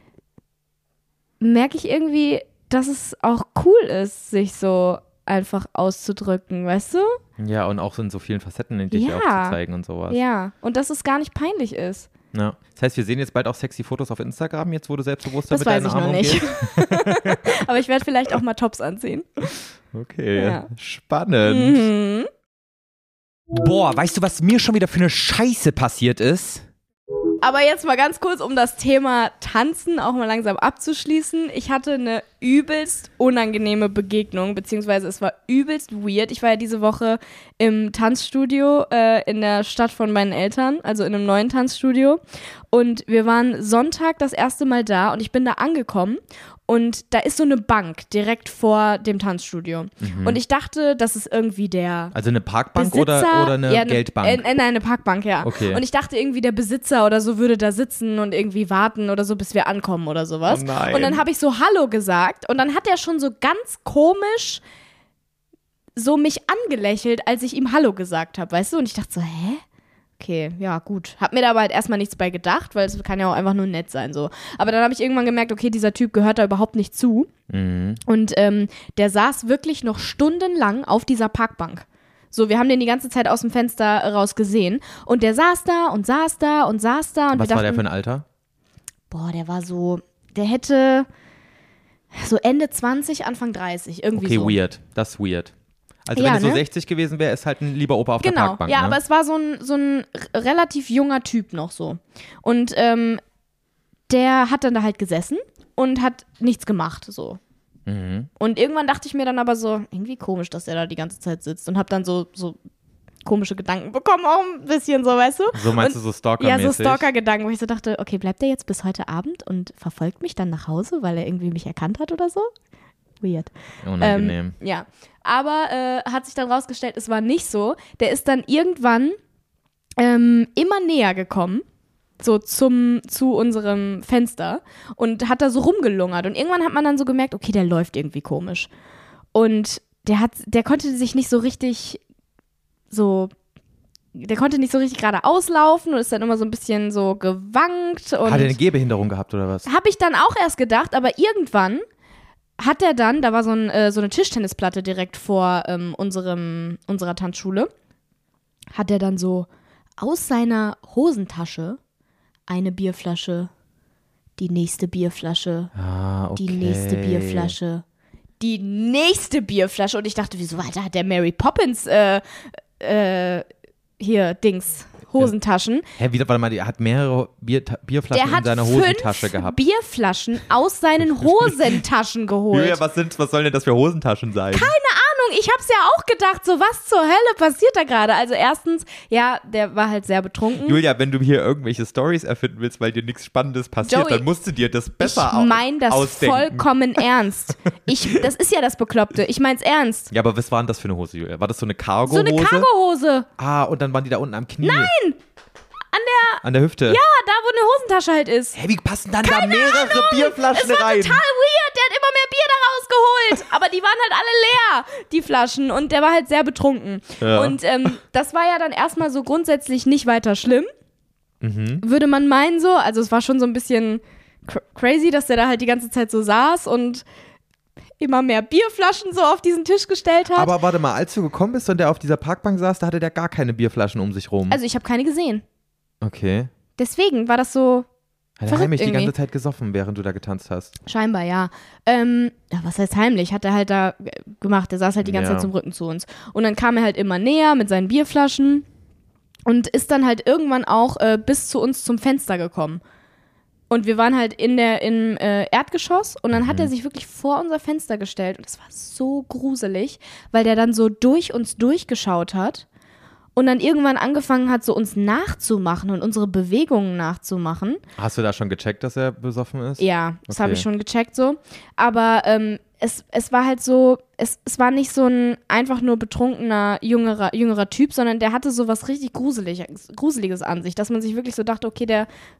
merke ich irgendwie, dass es auch cool ist, sich so einfach auszudrücken, weißt du? Ja, und auch in so vielen Facetten in dich Ja. aufzuzeigen und sowas. Ja, und dass es gar nicht peinlich ist. Ja. Das heißt, wir sehen jetzt bald auch sexy Fotos auf Instagram, jetzt wo du selbstbewusster Das mit weiß deinen ich Armen noch nicht. umgehst. Aber ich werde vielleicht auch mal Tops anziehen. Okay, Ja. spannend. Mhm. Boah, weißt du, was mir schon wieder für eine Scheiße passiert ist? Aber jetzt mal ganz kurz, um das Thema Tanzen auch mal langsam abzuschließen. Ich hatte eine übelst unangenehme Begegnung, beziehungsweise es war übelst weird. Ich war ja diese Woche im Tanzstudio äh, in der Stadt von meinen Eltern, also in einem neuen Tanzstudio. Und wir waren Sonntag das erste Mal da und ich bin da angekommen. Und da ist so eine Bank direkt vor dem Tanzstudio. Mhm. Und ich dachte, das ist irgendwie der Also eine Parkbank Besitzer, oder, oder eine ja, Geldbank? Äh, äh, nein, eine Parkbank, ja. Okay. Und ich dachte irgendwie, der Besitzer oder so würde da sitzen und irgendwie warten oder so, bis wir ankommen oder sowas. Oh nein. Und dann habe ich so Hallo gesagt und dann hat er schon so ganz komisch so mich angelächelt, als ich ihm Hallo gesagt habe, weißt du? Und ich dachte so, hä? Okay, ja, gut. Hab mir da aber halt erstmal nichts bei gedacht, weil es kann ja auch einfach nur nett sein, so. Aber dann habe ich irgendwann gemerkt, okay, dieser Typ gehört da überhaupt nicht zu. Mhm. Und ähm, der saß wirklich noch stundenlang auf dieser Parkbank. So, wir haben den die ganze Zeit aus dem Fenster raus gesehen. Und der saß da und saß da und saß da. Und Was wir war dachten, der für ein Alter? boah, der war so, der hätte so Ende zwanzig, Anfang dreißig, irgendwie Okay, so. weird. Das ist weird. Also Ja, wenn er so ne? sechzig gewesen wäre, ist halt ein lieber Opa auf Genau, der Parkbank. ja, ne? aber es war so ein, so ein r- relativ junger Typ noch so. Und ähm, der hat dann da halt gesessen und hat nichts gemacht, so. Mhm. Und irgendwann dachte ich mir dann aber so, irgendwie komisch, dass der da die ganze Zeit sitzt und hab dann so, so komische Gedanken bekommen, auch ein bisschen so, weißt du? So meinst und, du so Stalker-mäßig? Ja, so Stalker-Gedanken, wo ich so dachte, okay, bleibt der jetzt bis heute Abend und verfolgt mich dann nach Hause, weil er irgendwie mich erkannt hat oder so? Weird. Unangenehm. Ähm, ja, aber äh, hat sich dann rausgestellt, es war nicht so. Der ist dann irgendwann ähm, immer näher gekommen, so zum, zu unserem Fenster und hat da so rumgelungert. Und irgendwann hat man dann so gemerkt, okay, der läuft irgendwie komisch. Und der hat, der konnte sich nicht so richtig so, der konnte nicht so richtig gerade auslaufen und ist dann immer so ein bisschen so gewankt. Und Hat er eine Gehbehinderung gehabt oder was? habe ich dann auch erst gedacht, aber irgendwann hat er dann, da war so, ein, äh, so eine Tischtennisplatte direkt vor ähm, unserem, unserer Tanzschule, hat er dann so aus seiner Hosentasche eine Bierflasche, die nächste Bierflasche, Ah, okay. die nächste Bierflasche, die nächste Bierflasche. Und ich dachte, wieso, Alter, hat der Mary Poppins äh, äh, hier, Dings, Hosentaschen. Hä, wie, warte mal, er hat mehrere Bier, Bierflaschen Der hat in seiner Hosentasche fünf gehabt. Bierflaschen aus seinen Hosentaschen geholt. Julia, was, sind, was sollen denn das für Hosentaschen sein? Keine Ahnung, ich hab's ja auch gedacht, so was zur Hölle passiert da gerade? Also erstens, ja, der war halt sehr betrunken. Julia, wenn du hier irgendwelche Stories erfinden willst, weil dir nichts Spannendes passiert, Joey, dann musst du dir das besser ich au- mein das ausdenken. vollkommen ernst. Ich, das ist ja das Bekloppte. Ich mein's ernst. Ja, aber was war denn das für eine Hose, Julia? War das so eine Cargo-Hose? So eine Cargohose. Ah, und dann waren die da unten am Knie. Nein! An der, An der Hüfte. ja, da wo eine Hosentasche halt ist. Hä, wie passen dann da mehrere Es Bierflaschen war rein? total weird. Der hat immer mehr Bier da rausgeholt. Aber die waren halt alle leer, die Flaschen. Und der war halt sehr betrunken. Ja. Und ähm, das war ja dann erstmal so grundsätzlich nicht weiter schlimm. Mhm. Würde man meinen so. Also es war schon so ein bisschen cr- crazy, dass der da halt die ganze Zeit so saß und immer mehr Bierflaschen so auf diesen Tisch gestellt hat. Aber warte mal, als du gekommen bist und der auf dieser Parkbank saß, da hatte der gar keine Bierflaschen um sich rum. also ich habe keine gesehen. Okay. Deswegen war das so Hat er verrückt heimlich die irgendwie. ganze Zeit gesoffen, während du da getanzt hast? scheinbar, ja. Ähm, ja, was heißt heimlich? Hat er halt da äh, gemacht. Der saß halt die ganze Ja. Zeit zum Rücken zu uns. Und dann kam er halt immer näher mit seinen Bierflaschen und ist dann halt irgendwann auch äh, bis zu uns zum Fenster gekommen. Und wir waren halt in der, im äh, Erdgeschoss und dann hat er sich wirklich vor unser Fenster gestellt und es war so gruselig, weil der dann so durch uns durchgeschaut hat und dann irgendwann angefangen hat, so uns nachzumachen und unsere Bewegungen nachzumachen. Hast du da schon gecheckt, dass er besoffen ist? Ja, das Okay. habe ich schon gecheckt so. Aber ähm, es, es war halt so, es, es war nicht so ein einfach nur betrunkener, jüngerer, jüngerer Typ, sondern der hatte so was richtig Gruseliges, Gruseliges an sich, dass man sich wirklich so dachte, okay, der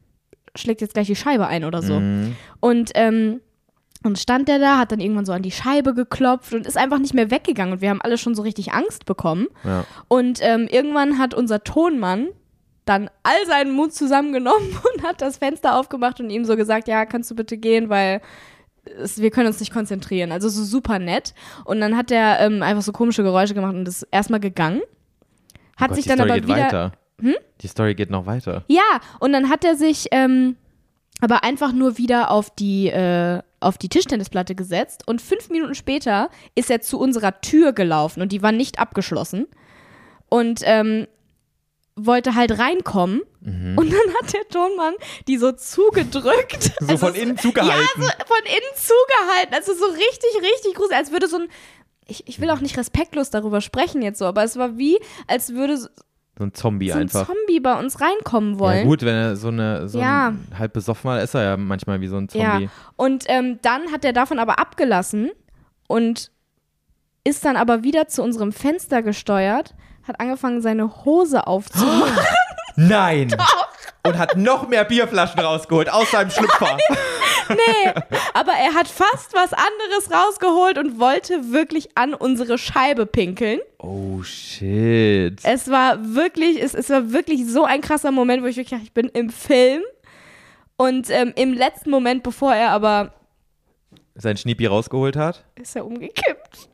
schlägt jetzt gleich die Scheibe ein oder so. Mhm. Und ähm, und stand der da, hat dann irgendwann so an die Scheibe geklopft und ist einfach nicht mehr weggegangen. Und wir haben alle schon so richtig Angst bekommen. Ja. Und ähm, irgendwann hat unser Tonmann dann all seinen Mut zusammengenommen und hat das Fenster aufgemacht und ihm so gesagt, ja, kannst du bitte gehen, weil es, wir können uns nicht konzentrieren. Also so super nett. Und dann hat er ähm, einfach so komische Geräusche gemacht und ist erstmal gegangen. Hat Oh Gott, sich die dann Story aber geht wieder... weiter. Hm? Die Story geht noch weiter. Ja, und dann hat er sich ähm, aber einfach nur wieder auf die, äh, auf die Tischtennisplatte gesetzt und fünf Minuten später ist er zu unserer Tür gelaufen und die war nicht abgeschlossen und ähm, wollte halt reinkommen Mhm. und dann hat der Tonmann die so zugedrückt. So Also von es- innen zugehalten. Ja, so von innen zugehalten. Also so richtig, richtig gruselig. Als würde so ein, ich, ich will auch nicht respektlos darüber sprechen jetzt so, aber es war wie, als würde so So ein Zombie so ein einfach. Zombie bei uns reinkommen wollen. Ja gut, wenn er so eine so Ja. ein halb besoffen war, ist er ja manchmal wie so ein Ja, Zombie. und ähm, dann hat er davon aber abgelassen und ist dann aber wieder zu unserem Fenster gesteuert, hat angefangen, seine Hose aufzumachen. Nein! Und hat noch mehr Bierflaschen rausgeholt aus seinem Schlüpfer. Nee, aber er hat fast was anderes rausgeholt und wollte wirklich an unsere Scheibe pinkeln. Oh shit. Es war wirklich, es, es war wirklich so ein krasser Moment, wo ich wirklich dachte, ich bin im Film. Und ähm, im letzten Moment, bevor er aber, Sein Schniepi rausgeholt hat. ist er umgekippt.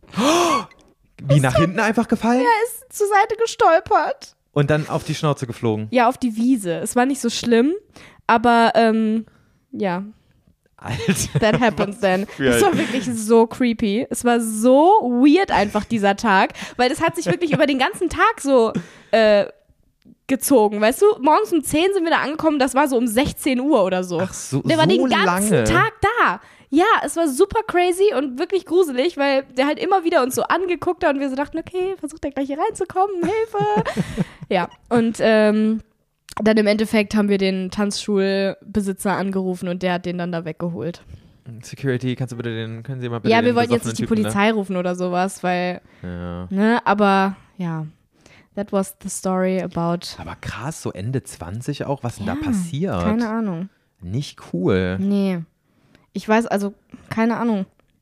Wie nach hinten einfach gefallen? Er ist zur Seite gestolpert. Und dann auf die Schnauze geflogen. Ja, auf die Wiese. Es war nicht so schlimm, aber ähm, ja, Alter. that happens then. für Es war wirklich so creepy. Es war so weird einfach dieser Tag, weil das hat sich wirklich über den ganzen Tag so äh, gezogen, weißt du? Morgens um zehn sind wir da angekommen, das war so um sechzehn Uhr oder so. Ach so, Der war so den ganzen lange. Tag da. Ja, es war super crazy und wirklich gruselig, weil der halt immer wieder uns so angeguckt hat und wir so dachten, okay, versucht er gleich hier reinzukommen, Hilfe. Ja, und ähm, dann im Endeffekt haben wir den Tanzschulbesitzer angerufen und der hat den dann da weggeholt. Security, kannst du bitte den, können Sie mal bitte Ja, den wir wollten jetzt besoffenen nicht die Typen Polizei rufen oder sowas, weil, Da? Ja. ne, aber ja, that was the story about. Aber krass, so Ende zwanzig auch, was denn Ja, da passiert? Keine Ahnung. Nicht cool. Nee. Ich weiß also, keine Ahnung,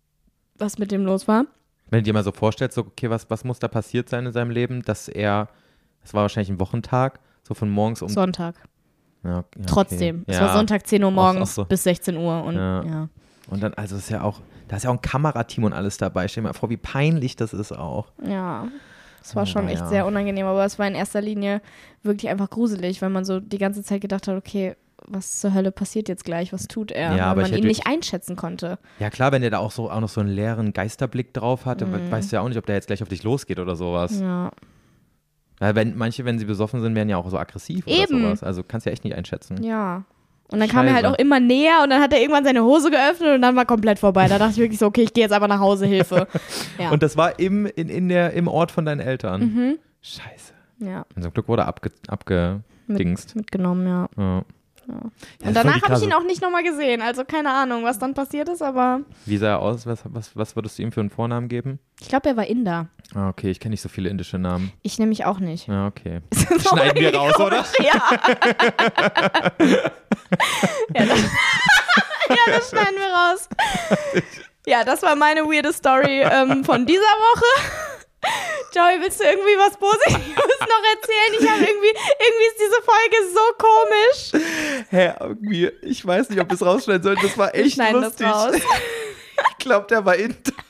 was mit dem los war. Wenn du dir mal so vorstellst, so, okay, was, was muss da passiert sein in seinem Leben, dass er, das war wahrscheinlich ein Wochentag, so von morgens um... Sonntag. Ja, okay. Trotzdem. Es Ja. war Sonntag zehn Uhr morgens Ach so. bis sechzehn Uhr und Ja. ja. Und dann, also ist ja auch, da ist ja auch ein Kamerateam und alles dabei. Stell dir mal vor, wie peinlich das ist auch. Ja. Es war schon Aber echt ja. sehr unangenehm, aber es war in erster Linie wirklich einfach gruselig, weil man so die ganze Zeit gedacht hat, okay, was zur Hölle passiert jetzt gleich, was tut er? Ja, aber weil ich man ihn hätte- nicht einschätzen konnte. Ja klar, wenn der da auch so auch noch so einen leeren Geisterblick drauf hatte, Mhm. weißt du ja auch nicht, ob der jetzt gleich auf dich losgeht oder sowas. Ja. Weil wenn, manche, wenn sie besoffen sind, werden ja auch so aggressiv Eben. oder sowas. Also kannst du ja echt nicht einschätzen. Ja. Und dann kam er halt Scheiße. auch immer näher und dann hat er irgendwann seine Hose geöffnet und dann war komplett vorbei. Da dachte ich wirklich so, okay, ich gehe jetzt einfach nach Hause, Hilfe. Ja. Und das war im, in, in der, im Ort von deinen Eltern. mhm. Scheiße. Ja, Und zum Glück wurde er abge, abgedingst. mitgenommen, ja. Ja. Ja. Ja, Und voll danach die habe ich krasse- ihn auch nicht nochmal gesehen. Also keine Ahnung, was dann passiert ist, aber Wie sah er aus? Was, was, was würdest du ihm für einen Vornamen geben? ich glaube, er war Inder. Ah, okay, ich kenne nicht so viele indische Namen. Ich nämlich auch nicht. Ja, okay. So Schneiden wir raus, oder? Ja. ja, das, ja, das schneiden wir raus. Ja, das war meine weirde Story ähm, von dieser Woche. Joey, willst du irgendwie was Positives noch erzählen? Ich habe irgendwie, irgendwie ist diese Folge so komisch. Hä, irgendwie, ich weiß nicht, ob wir es rausschneiden sollen. Das war Wir echt schneiden lustig. das raus. Ich glaube, der war in.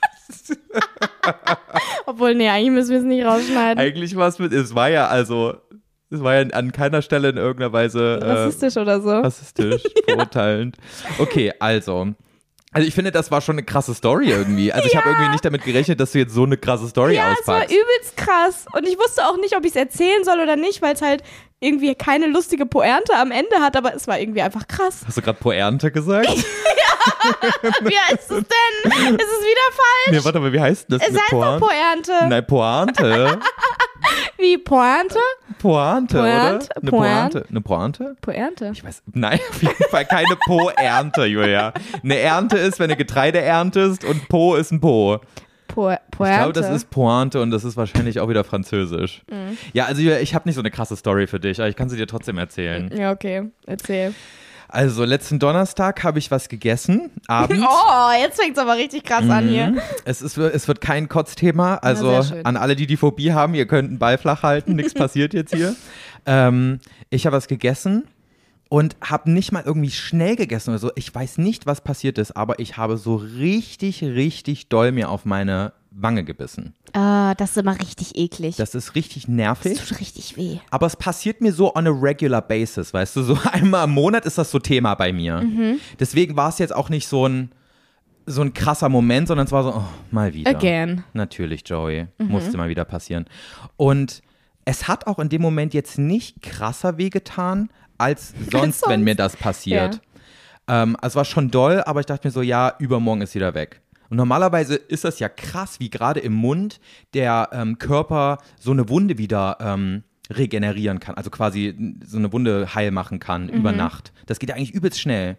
Obwohl, nee, eigentlich müssen wir es nicht rausschneiden. Eigentlich war es mit. Es war ja also. Es war ja an keiner Stelle in irgendeiner Weise. Äh, Rassistisch oder so. rassistisch, verurteilend. Okay, also. Also ich finde, das war schon eine krasse Story irgendwie. Also ich habe irgendwie nicht damit gerechnet, dass du jetzt so eine krasse Story Ja, es war auspackst. übelst krass. Und ich wusste auch nicht, ob ich es erzählen soll oder nicht, weil es halt irgendwie keine lustige Pointe am Ende hat, aber es war irgendwie einfach krass. Hast du gerade Poernte gesagt? Wie heißt es denn? Ist es wieder falsch? Nee, warte mal, wie heißt denn das? es Eine heißt doch Pointe? Pointe. Nein, Pointe. Wie Pointe? Pointe, oder? Pointe? Eine Pointe? Pointe. Eine Pointe? Pointe. Ich weiß, nein, auf jeden Fall keine Po-Ernte, Julia. Eine Ernte ist, wenn du Getreide erntest und Po ist ein Po. Po Ich Pointe. glaube, das ist Pointe und das ist wahrscheinlich auch wieder französisch. Mhm. Ja, also Julia, ich habe nicht so eine krasse Story für dich, aber ich kann sie dir trotzdem erzählen. Ja, okay. Erzähl. Also letzten Donnerstag habe ich was gegessen, abends. Oh, jetzt fängt es aber richtig krass mhm. an hier. Es, ist, es wird kein Kotzthema, also an alle, die die Phobie haben, ihr könnt einen Ball flach halten, nichts passiert jetzt hier. Ähm, ich habe was gegessen und habe nicht mal irgendwie schnell gegessen oder so. Ich weiß nicht, was passiert ist, aber ich habe so richtig, richtig doll mir auf meine Wange gebissen. Ah, das ist immer richtig eklig. Das ist richtig nervig. Das tut richtig weh. Aber es passiert mir so on a regular basis, weißt du, so einmal im Monat ist das so Thema bei mir. Mhm. Deswegen war es jetzt auch nicht so ein, so ein krasser Moment, sondern es war so, oh, mal wieder. Again. Natürlich, Joey, mhm. musste mal wieder passieren. Und es hat auch in dem Moment jetzt nicht krasser wehgetan, als sonst, sonst, wenn mir das passiert. Ja. Ähm, also es war schon doll, aber ich dachte mir so, ja, übermorgen ist wieder weg. Und normalerweise ist das ja krass, wie gerade im Mund der ähm, Körper so eine Wunde wieder ähm, regenerieren kann. Also quasi so eine Wunde heil machen kann mhm. über Nacht. Das geht ja eigentlich übelst schnell.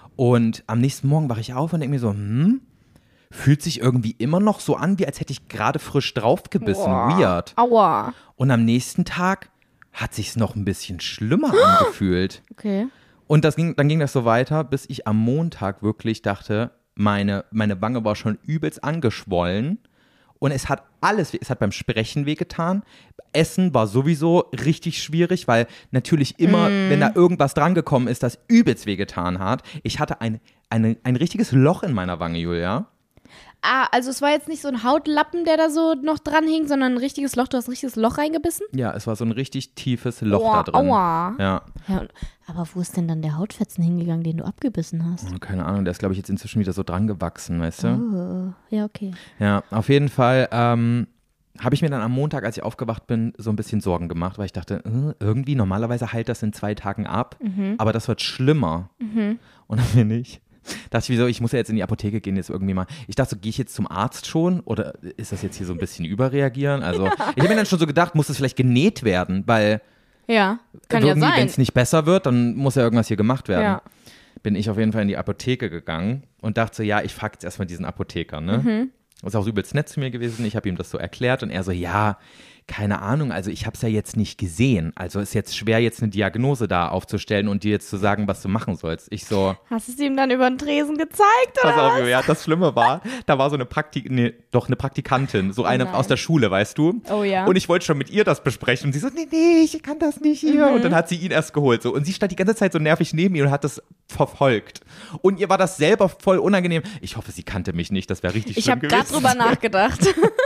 Und am nächsten Morgen wache ich auf und denke mir so, hm, fühlt sich irgendwie immer noch so an, wie als hätte ich gerade frisch draufgebissen. Boah. Weird. Aua. Und am nächsten Tag hat sich's noch ein bisschen schlimmer angefühlt. Okay. Und das ging, dann ging das so weiter, bis ich am Montag wirklich dachte, Meine, meine Wange war schon übelst angeschwollen und es hat alles, es hat beim Sprechen wehgetan. Essen war sowieso richtig schwierig, weil natürlich immer, mm. wenn da irgendwas drangekommen ist, das übelst wehgetan hat. Ich hatte ein, eine, ein richtiges Loch in meiner Wange, Julia. Ah, also es war jetzt nicht so ein Hautlappen, der da so noch dran hing, sondern ein richtiges Loch. Du hast ein richtiges Loch reingebissen? Ja, es war so ein richtig tiefes Loch Oha, da drin. Aua. Ja. Ja, aber wo ist denn dann der Hautfetzen hingegangen, den du abgebissen hast? Oh, keine Ahnung, der ist, glaube ich, jetzt inzwischen wieder so dran gewachsen, weißt du? Oh, ja, okay. Ja, auf jeden Fall ähm, habe ich mir dann am Montag, als ich aufgewacht bin, so ein bisschen Sorgen gemacht, weil ich dachte, äh, irgendwie, normalerweise heilt das in zwei Tagen ab, mhm. aber das wird schlimmer. Mhm. Und dann bin ich... dachte ich, wieso, ich muss ja jetzt in die Apotheke gehen, jetzt irgendwie mal. Ich dachte so, gehe ich jetzt zum Arzt schon oder ist das jetzt hier so ein bisschen überreagieren? Also, ja. Ich habe mir dann schon so gedacht, muss das vielleicht genäht werden, weil ja, kann irgendwie, ja sein. wenn es nicht besser wird, dann muss ja irgendwas hier gemacht werden. Ja. Bin ich auf jeden Fall in die Apotheke gegangen und dachte so, ja, ich frage jetzt erstmal diesen Apotheker, ne? Mhm. Das ist auch übelst nett zu mir gewesen. Ich habe ihm das so erklärt und er so, ja, keine Ahnung, also ich habe es ja jetzt nicht gesehen. Also ist jetzt schwer, jetzt eine Diagnose da aufzustellen und dir jetzt zu sagen, was du machen sollst. Ich so... Hast du es ihm dann über den Tresen gezeigt, oder Pass auf, was? Ja, das Schlimme war, da war so eine Praktik... Nee, doch eine Praktikantin, so eine oh aus der Schule, weißt du? Oh ja. Und ich wollte schon mit ihr das besprechen und sie so, nee, nee, ich kann das nicht hier. Mhm. Und dann hat sie ihn erst geholt so. Und sie stand die ganze Zeit so nervig neben ihr und hat das verfolgt. Und ihr war das selber voll unangenehm. Ich hoffe, sie kannte mich nicht, das wäre richtig ich schlimm gewesen. Ich habe gerade drüber nachgedacht.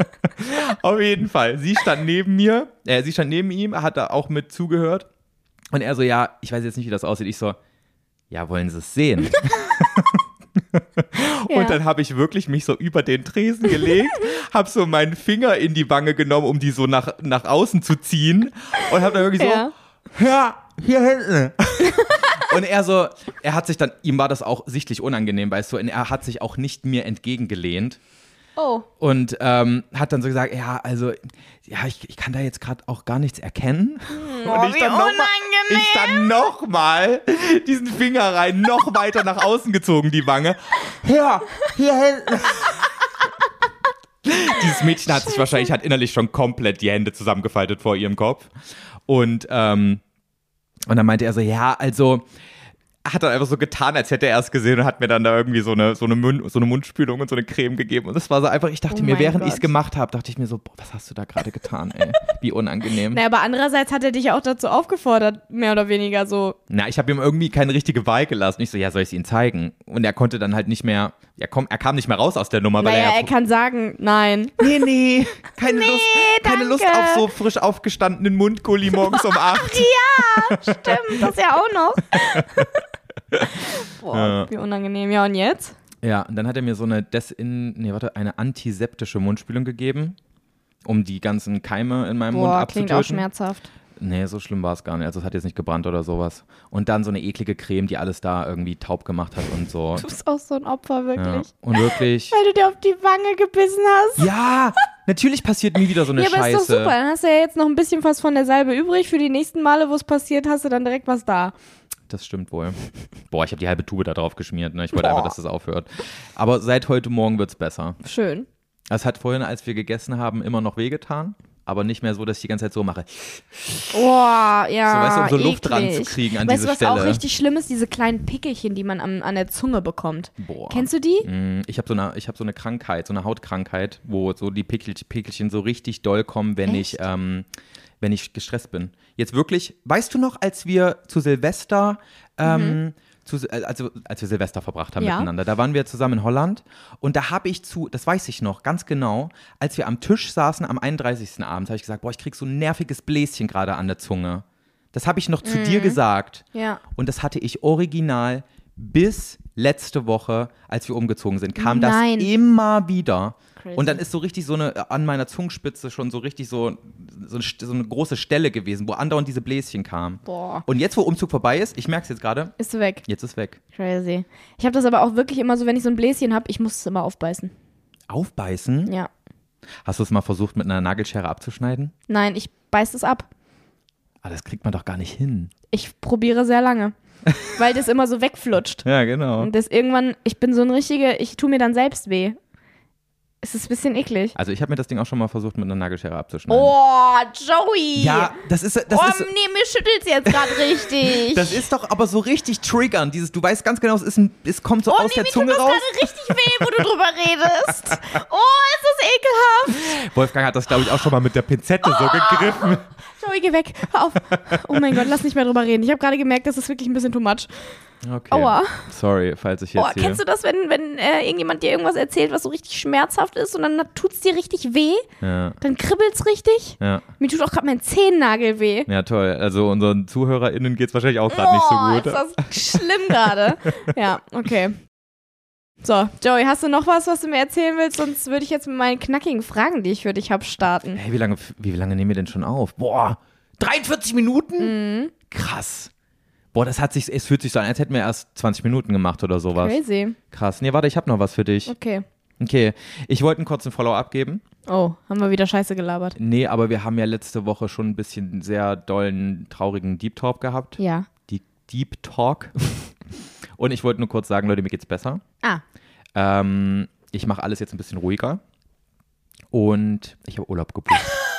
Auf jeden Fall. Sie stand neben mir, äh, sie stand neben ihm, hat da auch mit zugehört. Und er so, ja, ich weiß jetzt nicht, wie das aussieht. Ich so, ja, wollen Sie es sehen? Und ja. Dann habe ich wirklich mich so über den Tresen gelegt, habe so meinen Finger in die Wange genommen, um die so nach, nach außen zu ziehen. Und habe dann wirklich so, ja, ja hier hinten. Und er so, er hat sich dann, ihm war das auch sichtlich unangenehm, weißt du, und er hat sich auch nicht mir entgegengelehnt. Oh. Und ähm, hat dann so gesagt, ja, also, ja, ich, ich kann da jetzt gerade auch gar nichts erkennen. Oh, und ich wie dann unangenehm. Noch mal, ich dann nochmal diesen Finger rein, noch weiter nach außen gezogen, die Wange. Ja, hier hinten. Dieses Mädchen hat sich wahrscheinlich, hat innerlich schon komplett die Hände zusammengefaltet vor ihrem Kopf. Und, ähm, und dann meinte er so, ja, also... hat dann einfach so getan, als hätte er es gesehen und hat mir dann da irgendwie so eine, so eine, Mund, so eine Mundspülung und so eine Creme gegeben. Und das war so einfach, ich dachte oh mir, während ich es Gott. gemacht habe, dachte ich mir so, boah, was hast du da gerade getan, ey? Wie unangenehm. Naja, aber andererseits hat er dich ja auch dazu aufgefordert, mehr oder weniger so. Na, ich habe ihm irgendwie keine richtige Wahl gelassen. Ich so, ja, soll ich es ihm zeigen? Und er konnte dann halt nicht mehr, er, komm, er kam nicht mehr raus aus der Nummer. Naja, weil er, er kann sagen, nein. Nee, nee, keine, nee, Lust, keine Lust auf so frisch aufgestandenen Mundgulli morgens um acht. Ja, stimmt, das ja auch noch. Boah, ja. Wie unangenehm. Ja, und jetzt? Ja, und dann hat er mir so eine Desin, nee, warte, eine antiseptische Mundspülung gegeben, um die ganzen Keime in meinem Boah, Mund abzutöten. Klingt auch schmerzhaft. Nee, so schlimm war es gar nicht. Also es hat jetzt nicht gebrannt oder sowas. Und dann so eine eklige Creme, die alles da irgendwie taub gemacht hat und so. Du bist auch so ein Opfer, wirklich. Ja. Und wirklich. Weil du dir auf die Wange gebissen hast. Ja, natürlich passiert nie wieder so eine ja, aber Scheiße. Ist doch super. Dann hast du ja jetzt noch ein bisschen was von der Salbe übrig. Für die nächsten Male, wo es passiert, hast du dann direkt was da. Das stimmt wohl. Boah, ich habe die halbe Tube da drauf geschmiert. Ne? Ich wollte Boah. einfach, dass das aufhört. Aber seit heute Morgen wird's besser. Schön. Es hat vorhin, als wir gegessen haben, immer noch wehgetan. aber nicht mehr so, dass ich die ganze Zeit so mache. Boah, ja, So, weißt du, um so eklig. Luft ranzukriegen an weißt diese du, was Stelle. auch richtig schlimm ist? Diese kleinen Pickelchen, die man am, an der Zunge bekommt. Boah. Kennst du die? Mm, Ich habe so eine, ich hab so eine Krankheit, so eine Hautkrankheit, wo so die Pickel, Pickelchen so richtig doll kommen, wenn Echt? ich, ähm, wenn ich gestresst bin. Jetzt wirklich, weißt du noch, als wir zu Silvester, ähm, Mhm. zu, also als wir Silvester verbracht haben Ja. miteinander, da waren wir zusammen in Holland und da habe ich zu, das weiß ich noch ganz genau, als wir am Tisch saßen am einunddreißigsten abends, habe ich gesagt, boah, ich krieg so ein nerviges Bläschen gerade an der Zunge. Das habe ich noch zu dir gesagt. Ja. Und das hatte ich original bis letzte Woche, als wir umgezogen sind, kam Nein. das immer wieder. Crazy. Und dann ist so richtig so eine, an meiner Zungenspitze schon so richtig so, so, eine, so eine große Stelle gewesen, wo andauernd diese Bläschen kamen. Boah. Und jetzt, wo Umzug vorbei ist, ich merke es jetzt gerade, Ist weg. jetzt ist weg. Crazy. Ich habe das aber auch wirklich immer so, wenn ich so ein Bläschen habe, ich muss es immer aufbeißen. Aufbeißen? Ja. Hast du es mal versucht, mit einer Nagelschere abzuschneiden? Nein, ich beiß es ab. Ah, das kriegt man doch gar nicht hin. Ich probiere sehr lange. Weil das immer so wegflutscht. Ja, genau. Und das irgendwann, ich bin so ein richtiger, ich tue mir dann selbst weh. Es ist ein bisschen eklig. Also ich habe mir das Ding auch schon mal versucht, mit einer Nagelschere abzuschneiden. Oh, Joey! Ja, das ist, das oh, ist, nee, mir schüttelt's jetzt gerade richtig. das ist doch aber so richtig triggernd. Dieses, du weißt ganz genau, es, ist ein, es kommt so oh, aus nee, der mir Zunge tut das raus. gerade richtig weh, wo du drüber redest. Oh, ist das ekelhaft. Wolfgang hat das, glaube ich, auch schon mal mit der Pinzette so gegriffen. Joey, geh weg. Hör auf. Oh mein Gott, lass nicht mehr drüber reden. Ich habe gerade gemerkt, das ist wirklich ein bisschen too much. Okay. Aua. Sorry, falls ich jetzt Oh, hier... kennst du das, wenn, wenn äh, irgendjemand dir irgendwas erzählt, was so richtig schmerzhaft ist und dann tut's dir richtig weh? Ja, Dann kribbelt's richtig? ja. Mir tut auch gerade mein Zehennagel weh. Ja, toll. Also unseren ZuhörerInnen geht es wahrscheinlich auch gerade nicht so Oh, gut. ist das schlimm gerade. Ja, okay. So, Joey, hast du noch was, was du mir erzählen willst? Sonst würde ich jetzt mit meinen knackigen Fragen, die ich für dich habe, starten. Hey, wie lange, wie lange nehmen wir denn schon auf? Boah, dreiundvierzig Minuten? Mhm. Krass. Boah, das hat sich, es fühlt sich so an, als hätten wir erst zwanzig Minuten gemacht oder sowas. Crazy. Krass. Nee, warte, ich habe noch was für dich. Okay. Okay, ich wollte einen kurzen Follow-up geben. Oh, haben wir wieder Scheiße gelabert. Nee, aber wir haben ja letzte Woche schon ein bisschen sehr dollen, traurigen Deep Talk gehabt. Ja. Die Deep Talk. Und ich wollte nur kurz sagen, Leute, mir geht's besser. Ah, Ähm, ich mache alles jetzt ein bisschen ruhiger. Und ich habe Urlaub gebucht.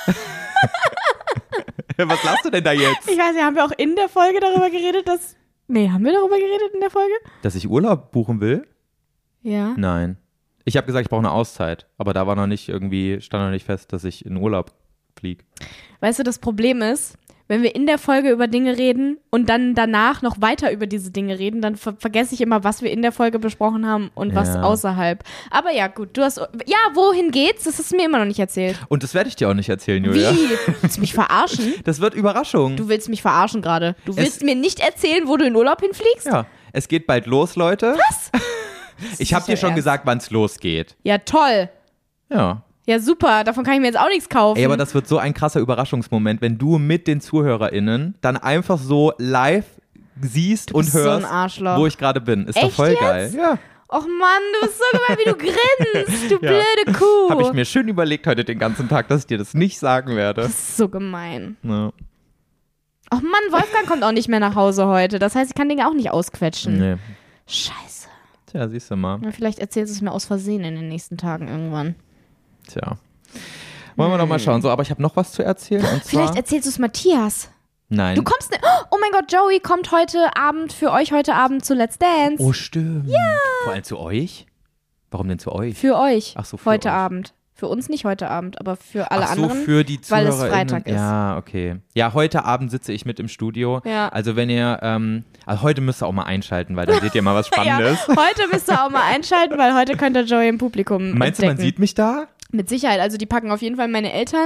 Was lachst du denn da jetzt? ich weiß nicht, haben wir auch in der Folge darüber geredet, dass... Nee, haben wir darüber geredet in der Folge? Dass ich Urlaub buchen will? Ja. Nein. Ich habe gesagt, ich brauche eine Auszeit. Aber da war noch nicht irgendwie, stand noch nicht fest, dass ich in Urlaub fliege. Weißt du, das Problem ist, wenn wir in der Folge über Dinge reden und dann danach noch weiter über diese Dinge reden, dann ver vergesse ich immer, was wir in der Folge besprochen haben und was Ja. außerhalb. Aber ja, gut, du hast... Ja, wohin geht's? Das hast du mir immer noch nicht erzählt. Und das werde ich dir auch nicht erzählen, Julia. Wie? Willst du mich verarschen? Das wird Überraschung. Du willst mich verarschen gerade. Du willst Es- mir nicht erzählen, wo du in Urlaub hinfliegst? Ja, es geht bald los, Leute. Was? Ich habe dir sicher schon ernst. gesagt, wann es losgeht. Ja, toll. Ja. Ja, super. Davon kann ich mir jetzt auch nichts kaufen. Ey, aber das wird so ein krasser Überraschungsmoment, wenn du mit den ZuhörerInnen dann einfach so live siehst Du und bist so ein hörst, Arschloch. wo ich gerade bin. Ist doch Echt voll jetzt? geil. Ja. Och Mann, du bist so gemein, wie du grinst. Du Ja. blöde Kuh. Habe ich mir schön überlegt heute den ganzen Tag, dass ich dir das nicht sagen werde. Das ist so gemein. Ja. Och Mann, Wolfgang kommt auch nicht mehr nach Hause heute. Das heißt, ich kann den auch nicht ausquetschen. Nee. Scheiße. Tja, siehst du mal. Na, vielleicht erzählst du es mir aus Versehen in den nächsten Tagen irgendwann. Tja. Wollen wir doch mal schauen. So, aber ich habe noch was zu erzählen. Und zwar, Vielleicht erzählst du es Matthias. Nein. Du kommst ne Oh mein Gott, Joey kommt heute Abend für euch heute Abend zu Let's Dance. Oh, stimmt. Ja. Vor allem zu euch? Warum denn zu euch? Für euch. Ach so, für heute euch. Abend. Für uns nicht heute Abend, aber für alle Ach so, anderen. für die weil es ZuhörerInnen. Freitag ist. Ja, okay. Ja, heute Abend sitze ich mit im Studio. Ja. Also wenn ihr, ähm, also heute müsst ihr auch mal einschalten, weil dann seht ihr mal was Spannendes. Ja, heute müsst ihr auch mal einschalten, weil heute könnt ihr Joey im Publikum Meinst du, man entdecken. sieht mich da? Mit Sicherheit. Also die packen auf jeden Fall meine Eltern.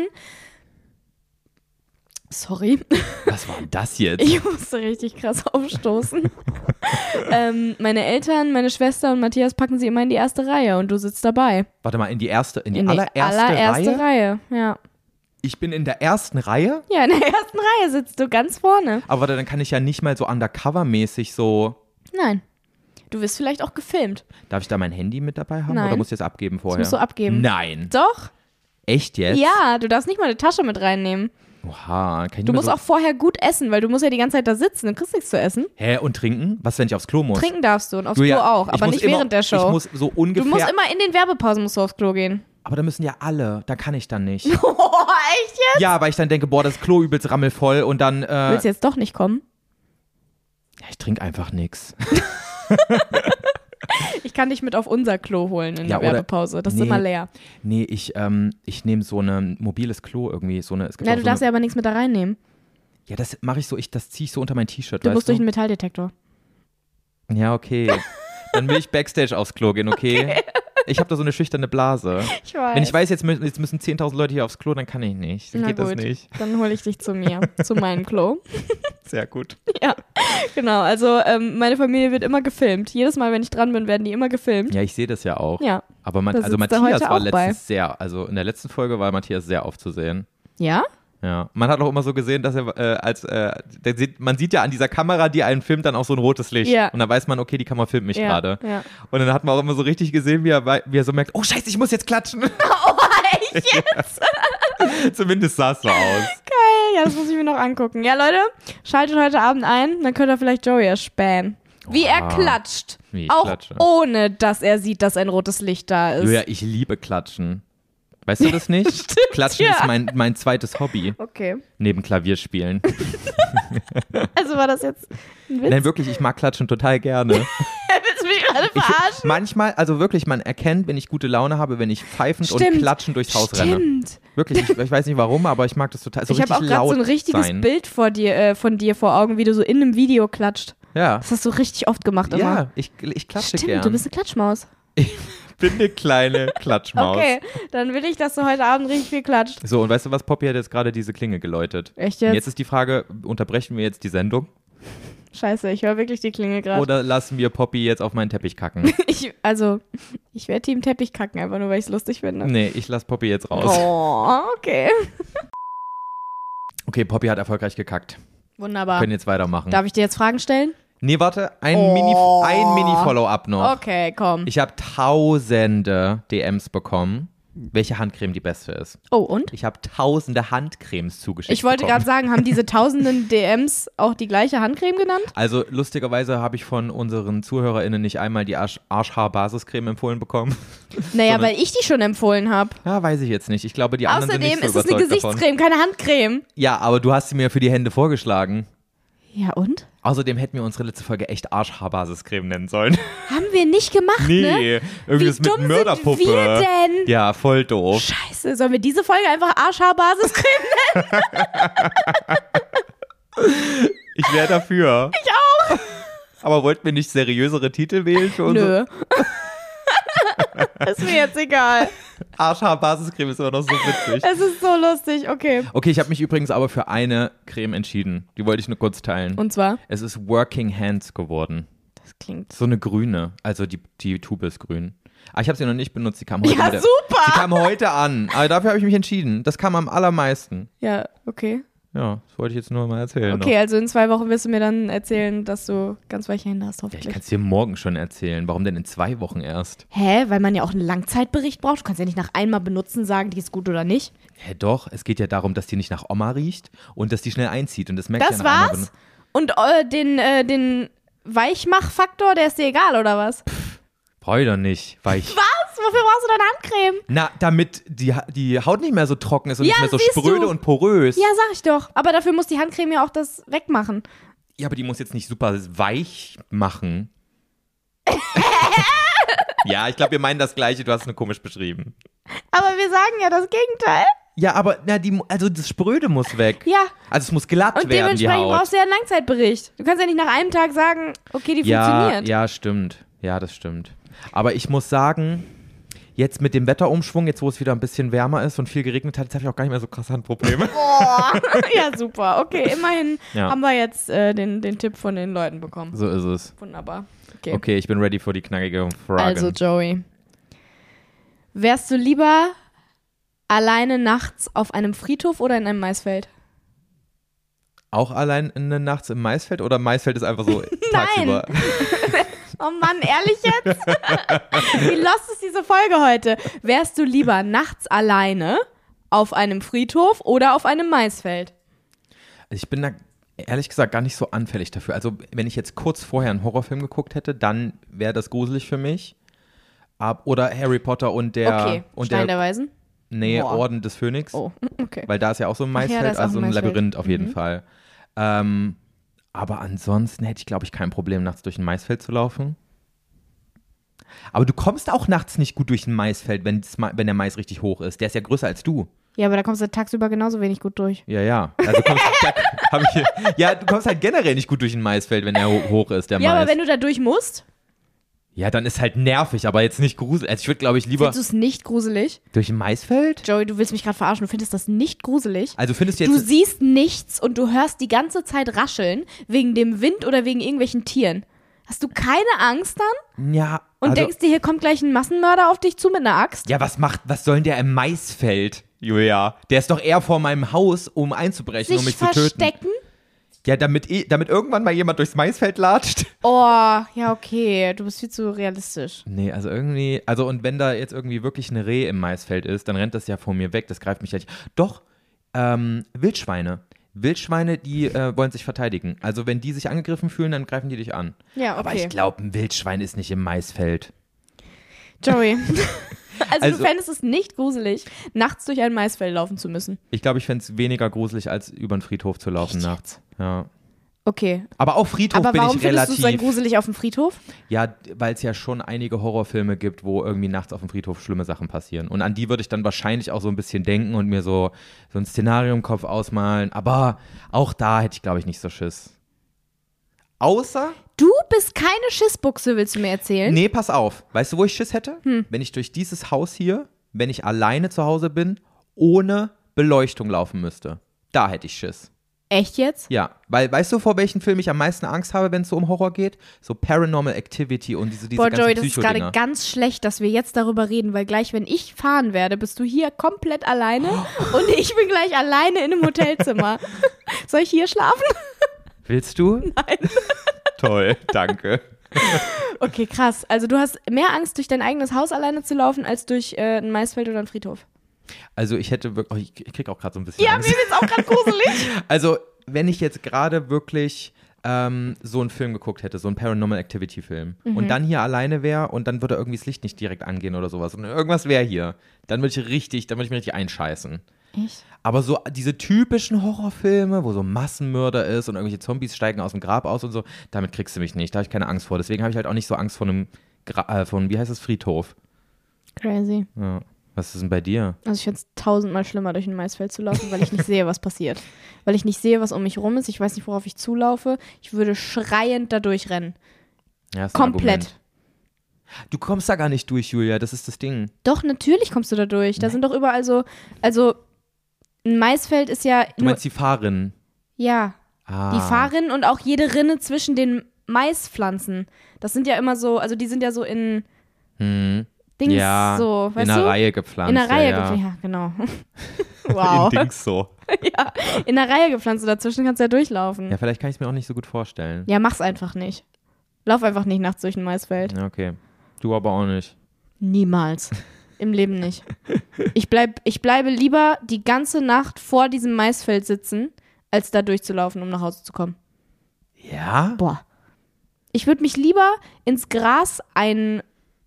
Sorry, Was war denn das jetzt? ich musste richtig krass aufstoßen. ähm, meine Eltern, meine Schwester und Matthias packen sie immer in die erste Reihe und du sitzt dabei. Warte mal, in die erste, in die In allererste, die allererste Reihe? Reihe. Ja. Ich bin in der ersten Reihe? Ja, in der ersten Reihe sitzt du ganz vorne. Aber warte, dann kann ich ja nicht mal so undercover-mäßig so. Nein. Du wirst vielleicht auch gefilmt. Darf ich da mein Handy mit dabei haben Nein. oder muss ich das abgeben vorher? musst du abgeben. Nein. Doch? Echt jetzt? Ja, du darfst nicht mal eine Tasche mit reinnehmen. Oha, kann ich Du mir musst so auch vorher gut essen, weil du musst ja die ganze Zeit da sitzen. Du kriegst nichts zu essen. Hä, und trinken? Was, wenn ich aufs Klo muss? Trinken darfst du und aufs Julia, Klo auch, ich aber muss nicht immer, während der Show. Ich muss so ungefähr. Du musst immer in den Werbepausen musst du aufs Klo gehen. Aber da müssen ja alle, da kann ich dann nicht. Oh, echt jetzt? Ja, weil ich dann denke, boah, das Klo übelst rammelvoll und dann, äh, Willst du jetzt doch nicht kommen? ja, ich trinke einfach nix. Ich kann dich mit auf unser Klo holen in Ja, der oder- Werbepause. Das nee. ist immer leer. Nee, ich, ähm, ich nehme so ein mobiles Klo irgendwie, so eine, es gibt Ja, auch du so darfst eine, ja aber nichts mit da reinnehmen. ja, das mache ich so, ich, das ziehe ich so unter mein T-Shirt, Du weißt musst du? durch einen Metalldetektor. Ja, okay. Dann will ich Backstage aufs Klo gehen, okay? okay. Ich habe da so eine schüchterne Blase. Ich weiß. Wenn ich weiß, jetzt müssen, jetzt müssen zehntausend Leute hier aufs Klo, dann kann ich nicht. Dann Na geht gut, das nicht. dann hole ich dich zu mir, zu meinem Klo. Sehr gut. Ja, genau. Also ähm, meine Familie wird immer gefilmt. Jedes Mal, wenn ich dran bin, werden die immer gefilmt. Ja, ich sehe das ja auch. Ja. Aber man, Da also sitzt er Matthias heute war auch letztens bei. sehr, also in der letzten Folge war Matthias sehr oft zu sehen. Ja? Ja, man hat auch immer so gesehen, dass er äh, als, äh, der sieht, man sieht ja an dieser Kamera, die einen filmt, dann auch so ein rotes Licht. Ja. Und dann weiß man, okay, die Kamera filmt mich Ja, gerade. ja. Und dann hat man auch immer so richtig gesehen, wie er, wei- wie er so merkt, oh scheiße, ich muss jetzt klatschen. Oh, echt jetzt? Zumindest sah es so aus. Geil, ja, das muss ich mir noch angucken. Ja, Leute, schaltet heute Abend ein, dann könnt ihr vielleicht Joey erspähen. Wie er Oha. klatscht. Wie ich auch klatsche. ohne, dass er sieht, dass ein rotes Licht da ist. Julia, ich liebe Klatschen. Weißt du das nicht? Stimmt, Klatschen ja. ist mein, mein zweites Hobby. Okay. Neben Klavierspielen. Also war das jetzt ein Witz? Nein, wirklich, ich mag Klatschen total gerne. Willst du mich gerade Ich, verarschen? manchmal, also wirklich, man erkennt, wenn ich gute Laune habe, wenn ich pfeifend und Stimmt. klatschend durchs Haus renne. Stimmt. Wirklich, ich, ich weiß nicht warum, aber ich mag das total. So Ich habe auch richtig gerade laut so ein richtiges sein. Bild vor dir, äh, von dir vor Augen, wie du so in einem Video klatscht. Ja. Das hast du richtig oft gemacht immer. Ja, ich, ich klatsche Stimmt, gern. du bist eine Klatschmaus. Ich bin eine kleine Klatschmaus. Okay, dann will ich, dass du heute Abend richtig viel klatscht. So, und weißt du was? Poppy hat jetzt gerade diese Klinge geläutet. Echt Und jetzt? jetzt ist die Frage, unterbrechen wir jetzt die Sendung Scheiße, ich höre wirklich die Klinge gerade. oder lassen wir Poppy jetzt auf meinen Teppich kacken? Ich, also, ich werde Team Teppich kacken, einfach nur, weil ich es lustig finde. Nee, ich lasse Poppy jetzt raus. Oh, okay. Okay, Poppy hat erfolgreich gekackt. Wunderbar. Können jetzt weitermachen. Darf ich dir jetzt Fragen stellen? Nee, warte, ein Oh. Mini, ein Mini-Follow-up noch. Okay, komm. Ich habe tausende D Ms bekommen, welche Handcreme die beste ist. Oh, und? Ich habe tausende Handcremes zugeschickt Ich wollte bekommen. gerade sagen, haben diese tausenden D Ms auch die gleiche Handcreme genannt? Also lustigerweise habe ich von unseren ZuhörerInnen nicht einmal die Arsch Arschhaar-Basiscreme empfohlen bekommen. Naja, Sondern- weil ich die schon empfohlen habe. Ja, weiß ich jetzt nicht. Ich glaube, die anderen Außerdem sind nicht so ist es eine überzeugt davon. Gesichtscreme, keine Handcreme. Ja, aber du hast sie mir für die Hände vorgeschlagen. Ja, und? Außerdem hätten wir unsere letzte Folge echt Arschhaar-Basiscreme nennen sollen. Haben wir nicht gemacht, ne? Nee, irgendwas Wie mit dumm Mörderpuppe. sind wir denn? Ja, voll doof. Scheiße, sollen wir diese Folge einfach Arschhaar-Basiscreme nennen? Ich wäre dafür. Ich auch. Aber wollten wir nicht seriösere Titel wählen für unsere Nö. Ist mir jetzt egal. Arschhaar-Basiscreme? Ist immer noch so witzig. Es ist so lustig, okay. Okay, ich habe mich übrigens aber für eine Creme entschieden. Die wollte ich nur kurz teilen. Und zwar? Es ist Working Hands geworden. Das klingt... So eine grüne. Also die, die Tube ist grün. Aber ich habe sie noch nicht benutzt. Sie kam heute Ja, mit der- super. Sie kam heute an. Aber dafür habe ich mich entschieden. Das kam am allermeisten. Ja, okay. Ja, das wollte ich jetzt nur mal erzählen. Okay, noch. also in zwei Wochen wirst du mir dann erzählen, dass du ganz weiche Hände hast, Ja, ich hoffentlich. kann es dir morgen schon erzählen. Warum denn in zwei Wochen erst? Hä? Weil man ja auch einen Langzeitbericht braucht. Du kannst ja nicht nach einmal benutzen sagen, die ist gut oder nicht. Hä, doch. Es geht ja darum, dass die nicht nach Oma riecht und dass die schnell einzieht. Und das merkt Das ja nach einmal war's? Und äh, den, äh, den Weichmachfaktor, der ist dir egal, oder was? Brauche ich doch nicht. Weich. Was? Wofür brauchst du deine Handcreme? Na, damit die, die Haut nicht mehr so trocken ist und Ja, nicht mehr so siehst spröde du. und porös. Ja, sag ich doch. Aber dafür muss die Handcreme ja auch das wegmachen. Ja, aber die muss jetzt nicht super weich machen. Ja, ich glaube, wir meinen das Gleiche. Du hast es nur komisch beschrieben. Aber wir sagen ja das Gegenteil. Ja, aber na, die, also das Spröde muss weg. Ja. Also es muss glatt Und werden, die dementsprechend Haut. brauchst du ja einen Langzeitbericht. Du kannst ja nicht nach einem Tag sagen, okay, die ja, funktioniert. ja, stimmt. Ja, das stimmt. Aber ich muss sagen, jetzt mit dem Wetterumschwung, jetzt wo es wieder ein bisschen wärmer ist und viel geregnet hat, jetzt habe ich auch gar nicht mehr so krasse Handprobleme. Boah. Ja, super. Okay, immerhin Ja. haben wir jetzt äh, den, den Tipp von den Leuten bekommen. So ist es. Wunderbar. Okay. Okay, ich bin ready für die knackige Frage. Also, Joey. Wärst du lieber alleine nachts auf einem Friedhof oder in einem Maisfeld? Auch allein in der nachts im Maisfeld oder Maisfeld ist einfach so tagsüber? Oh Mann, ehrlich jetzt? Wie lost ist diese Folge heute? Wärst du lieber nachts alleine auf einem Friedhof oder auf einem Maisfeld? Also ich bin da ehrlich gesagt gar nicht so anfällig dafür. Also wenn ich jetzt kurz vorher einen Horrorfilm geguckt hätte, dann wäre das gruselig für mich. Ab, oder Harry Potter und der Okay, und Stein der, der Weisen? nee, Boah. Orden des Phönix. Oh, okay. Weil da ist ja auch so ein Ach ja, da Maisfeld, ist auch also ein ein Maisfeld. Labyrinth auf jeden Mhm. Fall. Ähm, aber ansonsten hätte ich, glaube ich, kein Problem, nachts durch ein Maisfeld zu laufen. Aber du kommst auch nachts nicht gut durch ein Maisfeld, wenn, das Ma- wenn der Mais richtig hoch ist. Der ist ja größer als du. Ja, aber da kommst du tagsüber genauso wenig gut durch. Ja, ja. Also kommst, da, hab ich, ja, du kommst halt generell nicht gut durch ein Maisfeld, wenn er ho- hoch ist, der Ja, Mais. aber wenn du da durch musst, Ja, dann ist halt nervig, aber jetzt nicht gruselig. Also ich würde, glaube ich, lieber findest du es nicht gruselig? durch ein Maisfeld? Joey, du willst mich gerade verarschen, du findest das nicht gruselig? Also findest du Du jetzt... siehst nichts und du hörst die ganze Zeit rascheln, wegen dem Wind oder wegen irgendwelchen Tieren. Hast du keine Angst dann? Ja, Und also, denkst dir, hier kommt gleich ein Massenmörder auf dich zu mit einer Axt? ja, was macht, was soll denn der im Maisfeld, Julia? Der ist doch eher vor meinem Haus, um einzubrechen, Sich um mich zu töten. verstecken? Ja, damit, eh- damit irgendwann mal jemand durchs Maisfeld latscht. Oh, ja, okay. Du bist viel zu realistisch. Nee, also irgendwie, also und wenn da jetzt irgendwie wirklich eine Reh im Maisfeld ist, dann rennt das ja vor mir weg, das greift mich ja nicht. Doch, ähm, Wildschweine. Wildschweine, die äh, wollen sich verteidigen. Also wenn die sich angegriffen fühlen, dann greifen die dich an. Ja, okay. Aber ich glaube, ein Wildschwein ist nicht im Maisfeld. Joey. Also, Also- du fändest es nicht gruselig, nachts durch ein Maisfeld laufen zu müssen. Ich glaube, ich fände es weniger gruselig, als über den Friedhof zu laufen Echt nachts. Ja. Okay. Aber auf Friedhof Aber bin warum ich findest du es dann relativ. gruselig auf dem Friedhof? Ja, weil es ja schon einige Horrorfilme gibt, wo irgendwie nachts auf dem Friedhof schlimme Sachen passieren. Und an die würde ich dann wahrscheinlich auch so ein bisschen denken und mir so, so ein Szenario im Kopf ausmalen. Aber auch da hätte ich, glaube ich, nicht so Schiss. Außer, Du bist keine Schissbuchse, willst du mir erzählen? nee, pass auf. Weißt du, wo ich Schiss hätte? Hm. Wenn ich durch dieses Haus hier, wenn ich alleine zu Hause bin, ohne Beleuchtung laufen müsste. Da hätte ich Schiss. Echt jetzt? Ja, weil, weißt du, vor welchen Film ich am meisten Angst habe, wenn es so um Horror geht? So Paranormal Activity und diese, diese Boah, ganzen Joey, das ist gerade Psychodinger. ganz schlecht, dass wir jetzt darüber reden, weil gleich, wenn ich fahren werde, bist du hier komplett alleine und ich bin gleich alleine in einem Hotelzimmer. Soll ich hier schlafen? Willst du? Nein. Toll, danke. Okay, krass. Also du hast mehr Angst, durch dein eigenes Haus alleine zu laufen, als durch äh, ein Maisfeld oder einen Friedhof. Also ich hätte wirklich, oh, ich, ich krieg auch gerade so ein bisschen Ja, mir Angst. wird's auch gerade gruselig. Also wenn ich jetzt gerade wirklich ähm, so einen Film geguckt hätte, so einen Paranormal Activity Film Mhm. und dann hier alleine wäre und dann würde irgendwie das Licht nicht direkt angehen oder sowas und irgendwas wäre hier, dann würde ich richtig, dann würde ich mir richtig einscheißen. Echt? Aber so diese typischen Horrorfilme, wo so Massenmörder ist und irgendwelche Zombies steigen aus dem Grab aus und so, damit kriegst du mich nicht. Da habe ich keine Angst vor. Deswegen habe ich halt auch nicht so Angst vor einem, Gra äh, von, wie heißt das, Friedhof. Crazy. Ja. Was ist denn bei dir? Also ich finde es tausendmal schlimmer, durch ein Maisfeld zu laufen, weil ich nicht sehe, was passiert. Weil ich nicht sehe, was um mich rum ist. Ich weiß nicht, worauf ich zulaufe. Ich würde schreiend da durchrennen. Ja, ist ein Komplett. Argument. Du kommst da gar nicht durch, Julia. Das ist das Ding. Doch, natürlich kommst du da durch. Da sind doch überall so, also ein Maisfeld ist ja Du nur, meinst die Fahrrinnen. ja, Ah. die Fahrrinnen und auch jede Rinne zwischen den Maispflanzen. Das sind ja immer so, also die sind ja so in Hm. Dings Ja, so, weißt in einer du? Reihe gepflanzt. In einer Reihe ja, ja. gepflanzt, ja, genau. Wow. In Dings so. Ja, in einer Reihe gepflanzt und dazwischen kannst du ja durchlaufen. Ja, vielleicht kann ich es mir auch nicht so gut vorstellen. Ja, mach's einfach nicht. Lauf einfach nicht nachts durch ein Maisfeld. Ja, okay. Du aber auch nicht. Niemals. Im Leben nicht. Ich, bleib, ich bleibe lieber die ganze Nacht vor diesem Maisfeld sitzen, als da durchzulaufen, um nach Hause zu kommen. Ja? Boah. Ich würde mich lieber ins Gras einwickeln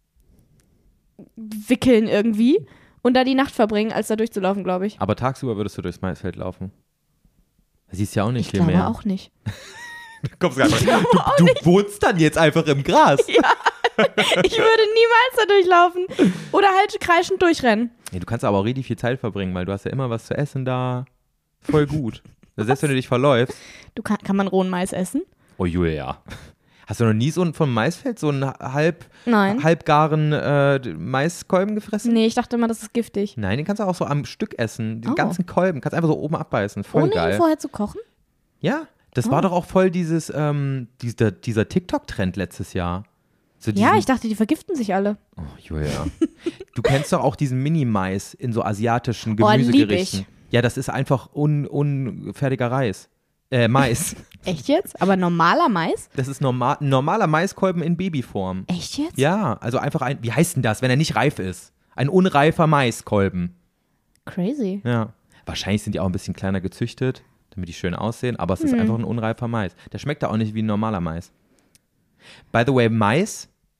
irgendwie und da die Nacht verbringen, als da durchzulaufen, glaube ich. Aber tagsüber würdest du durchs Maisfeld laufen. Da siehst du ja auch nicht Ich viel glaube mehr. auch nicht. Du, kommst einfach, du, du wohnst dann jetzt einfach im Gras. Ich würde niemals da durchlaufen. Oder halt kreischend durchrennen. Nee, du kannst aber auch richtig viel Zeit verbringen, weil du hast ja immer was zu essen da. Voll gut. Selbst wenn du dich verläufst. Du kann, kann man rohen Mais essen? Oh Julia. Hast du noch nie so ein, vom Maisfeld so einen halb, Nein. halbgaren äh, Maiskolben gefressen? Nee, ich dachte immer, das ist giftig. Nein, den kannst du auch so am Stück essen. Den Oh. ganzen Kolben. Kannst einfach so oben abbeißen. Voll Ohne geil. ihn vorher zu kochen? Ja, das Oh. war doch auch voll dieses, ähm, dieser, dieser TikTok-Trend letztes Jahr. So Ja, diesen- ich dachte, die vergiften sich alle. Oh, Julia. Du kennst doch auch diesen Mini-Mais in so asiatischen Oh, lieb Gemüsegerichten. ich. Ja, das ist einfach un, unfertiger Reis. Äh, Mais. Echt jetzt? Aber normaler Mais? Das ist normal, ein normaler Maiskolben in Babyform. Echt jetzt? Ja, also einfach ein, wie heißt denn das, wenn er nicht reif ist? Ein unreifer Maiskolben. Crazy. Ja. Wahrscheinlich sind die auch ein bisschen kleiner gezüchtet, damit die schön aussehen, aber es ist Hm. einfach ein unreifer Mais. Der schmeckt da auch nicht wie ein normaler Mais. By the way, Mais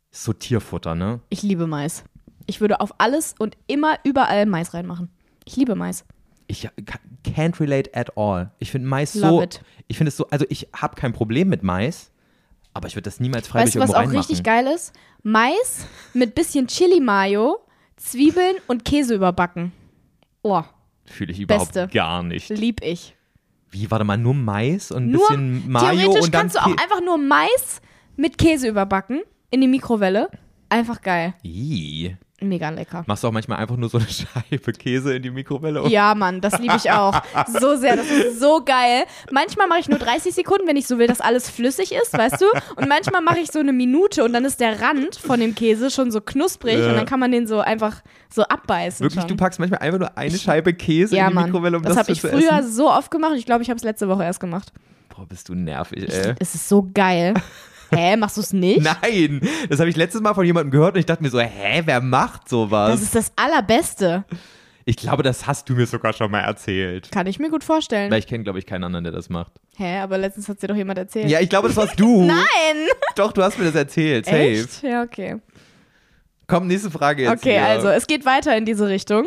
So Tierfutter, ne? Ich liebe Mais. Ich würde auf alles und immer überall Mais reinmachen. Ich liebe Mais. Ich can't relate at all. Ich finde Mais Love so, it. ich finde es so, also ich habe kein Problem mit Mais, aber ich würde das niemals freiwillig Weißt du, was irgendwo auch reinmachen. richtig geil ist? Mais mit bisschen Chili-Mayo, Zwiebeln und Käse überbacken. Oh, Fühle ich überhaupt Beste. gar nicht. lieb ich. Wie, warte mal, nur Mais und ein Nur, bisschen Mayo theoretisch und dann kannst du auch Kä- einfach nur Mais mit Käse überbacken in die Mikrowelle. Einfach geil. Ih. Mega lecker. Machst du auch manchmal einfach nur so eine Scheibe Käse in die Mikrowelle? Ja, Mann, das liebe ich auch. So sehr, das ist so geil. Manchmal mache ich nur dreißig Sekunden, wenn ich so will, dass alles flüssig ist, weißt du? Und manchmal mache ich so eine Minute und dann ist der Rand von dem Käse schon so knusprig Ja. und dann kann man den so einfach so abbeißen. Wirklich, schon. du packst manchmal einfach nur eine Scheibe Käse Ja, in die Mann. Mikrowelle, um das das, habe ich zu früher essen? so oft gemacht. Ich glaube, ich habe es letzte Woche erst gemacht. Boah, bist du nervig, ey. Es ist so geil. Hä, machst du es nicht? Nein, das habe ich letztes Mal von jemandem gehört und ich dachte mir so, hä, wer macht sowas? Das ist das Allerbeste. Ich glaube, das hast du mir sogar schon mal erzählt. Kann ich mir gut vorstellen. Weil ich kenne, glaube ich, keinen anderen, der das macht. Hä, aber letztens hat dir doch jemand erzählt. Ja, ich glaube, das warst du. Nein! Doch, du hast mir das erzählt. Safe. Echt? Ja, okay. Komm, nächste Frage jetzt. Okay, hier. also es geht weiter in diese Richtung.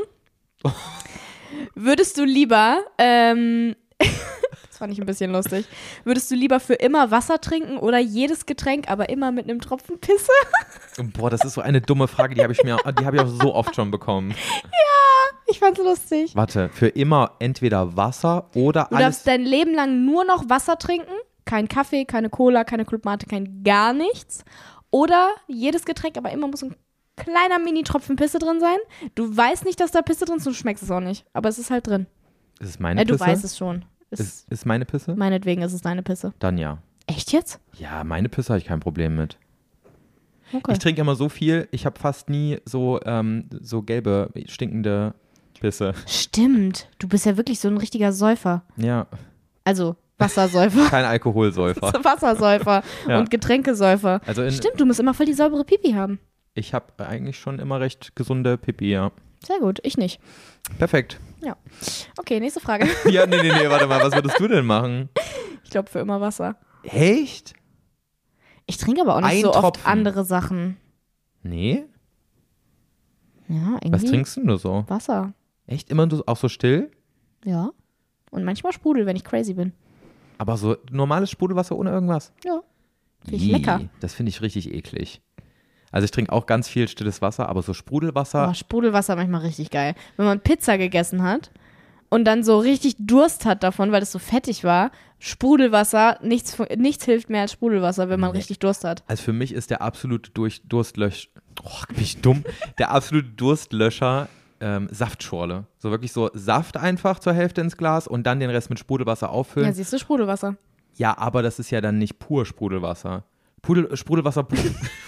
Würdest du lieber, ähm, das fand ich ein bisschen lustig, würdest du lieber für immer Wasser trinken oder jedes Getränk, aber immer mit einem Tropfen Pisse? Boah, das ist so eine dumme Frage, die habe ich mir, die habe ich auch so oft schon bekommen. Ich fand's lustig. Warte, für immer entweder Wasser oder Du alles. darfst dein Leben lang nur noch Wasser trinken, kein Kaffee, keine Cola, keine Club Mate, kein gar nichts. Oder jedes Getränk, aber immer muss ein kleiner Mini-Tropfen Pisse drin sein. Du weißt nicht, dass da Pisse drin ist, du schmeckst es auch nicht. Aber es ist halt drin. Ist es meine Ja, du Pisse? weißt es schon. Es, Ist, ist meine Pisse? meinetwegen ist es deine Pisse. Dann ja. Echt jetzt? Ja, meine Pisse habe ich kein Problem mit. Okay. Ich trinke immer so viel, ich habe fast nie so, ähm, so gelbe, stinkende Pisse. Stimmt. Du bist ja wirklich so ein richtiger Säufer. Ja, Also Wassersäufer. kein Alkoholsäufer. Wassersäufer Ja. und Getränkesäufer. Also in, Stimmt, du musst immer voll die saubere Pipi haben. ich habe eigentlich schon immer recht gesunde Pipi, ja. Sehr gut, ich nicht. Perfekt. Ja. Okay, nächste Frage. Ja, nee, nee, nee, warte mal, was würdest du denn machen? Ich glaube für immer Wasser. Echt? Ich trinke aber auch nicht Ein so Tropfen. oft andere Sachen. Nee? Ja, irgendwie. Was trinkst du nur so? Wasser. Echt immer so- auch so still? Ja. Und manchmal Sprudel, wenn ich crazy bin. Aber so normales Sprudelwasser ohne irgendwas? Ja. Finde ich Ih, lecker. Das finde ich richtig eklig. Also ich trinke auch ganz viel stilles Wasser, aber so Sprudelwasser, Oh, Sprudelwasser manchmal richtig geil. Wenn man Pizza gegessen hat und dann so richtig Durst hat davon, weil es so fettig war, Sprudelwasser, nichts, fu- nichts hilft mehr als Sprudelwasser, wenn man Nee. richtig Durst hat. also für mich ist der absolute Durch Durstlösch, oh, bin ich dumm, der absolute Durstlöscher ähm, Saftschorle. So wirklich so Saft einfach zur Hälfte ins Glas und dann den Rest mit Sprudelwasser auffüllen. Ja, siehst du, Sprudelwasser. Ja, aber das ist ja dann nicht pur Sprudelwasser. Pudel, Sprudelwasser. Pu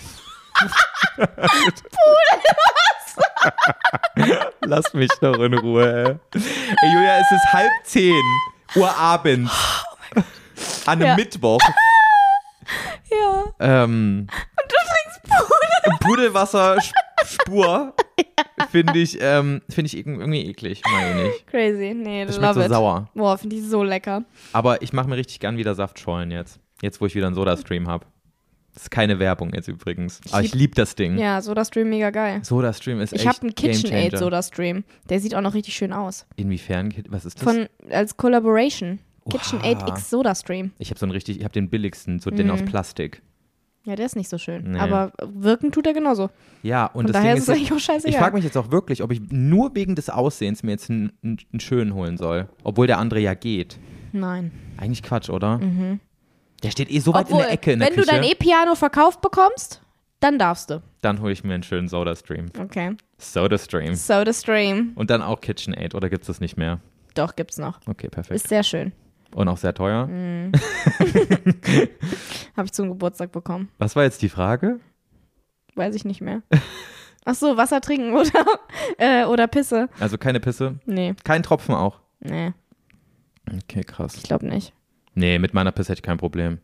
Pudelwasser. Lass mich doch in Ruhe. Ey, ey Julia, es ist halb zehn Uhr abends. An einem Ja. Mittwoch. Ja. Ähm, Und du trinkst Pudel. Pudelwasser Spur finde ich, ähm, find ich irgendwie eklig. Mag ich nicht. Crazy. Nee, Das schmeckt love so it. sauer. Boah, finde ich so lecker. Aber ich mache mir richtig gern wieder Saftschorlen jetzt. Jetzt, wo ich wieder einen Soda-Stream habe. Das ist keine Werbung jetzt übrigens. Aber ich lieb- liebe das Ding. Ja, Soda-Stream mega geil. Soda-Stream ist Ich echt habe einen KitchenAid Gamechanger. Soda-Stream. Der sieht auch noch richtig schön aus. Inwiefern? Was ist das? Von, als Collaboration. Oha. KitchenAid X Soda-Stream. ich habe so einen richtig, ich habe den billigsten, so den Mhm. aus Plastik. Ja, der ist nicht so schön. Nee. Aber wirken tut er genauso. Ja, und Von das daher Ding ist es ist, eigentlich auch scheißegal. ich frage mich jetzt auch wirklich, ob ich nur wegen des Aussehens mir jetzt einen, einen, einen schönen holen soll. Obwohl der andere ja geht. Nein. Eigentlich Quatsch, oder? Der steht eh so weit Obwohl, in der Ecke in der wenn Küche. du dein E-Piano verkauft bekommst, dann darfst du. Dann hole ich mir einen schönen Soda-Stream. Okay. Soda-Stream. Soda-Stream. Und dann auch KitchenAid, oder gibt es das nicht mehr? Doch, gibt's noch. Okay, perfekt. Ist sehr schön. Und auch sehr teuer. Mhm. Habe ich zum Geburtstag bekommen. Was war jetzt die Frage? Weiß ich nicht mehr. Ach so, Wasser trinken oder, äh, oder Pisse? Also keine Pisse? Nee, Kein Tropfen auch? nee, Okay, krass. ich glaube nicht. Nee, mit meiner Pisse hätte ich kein Problem.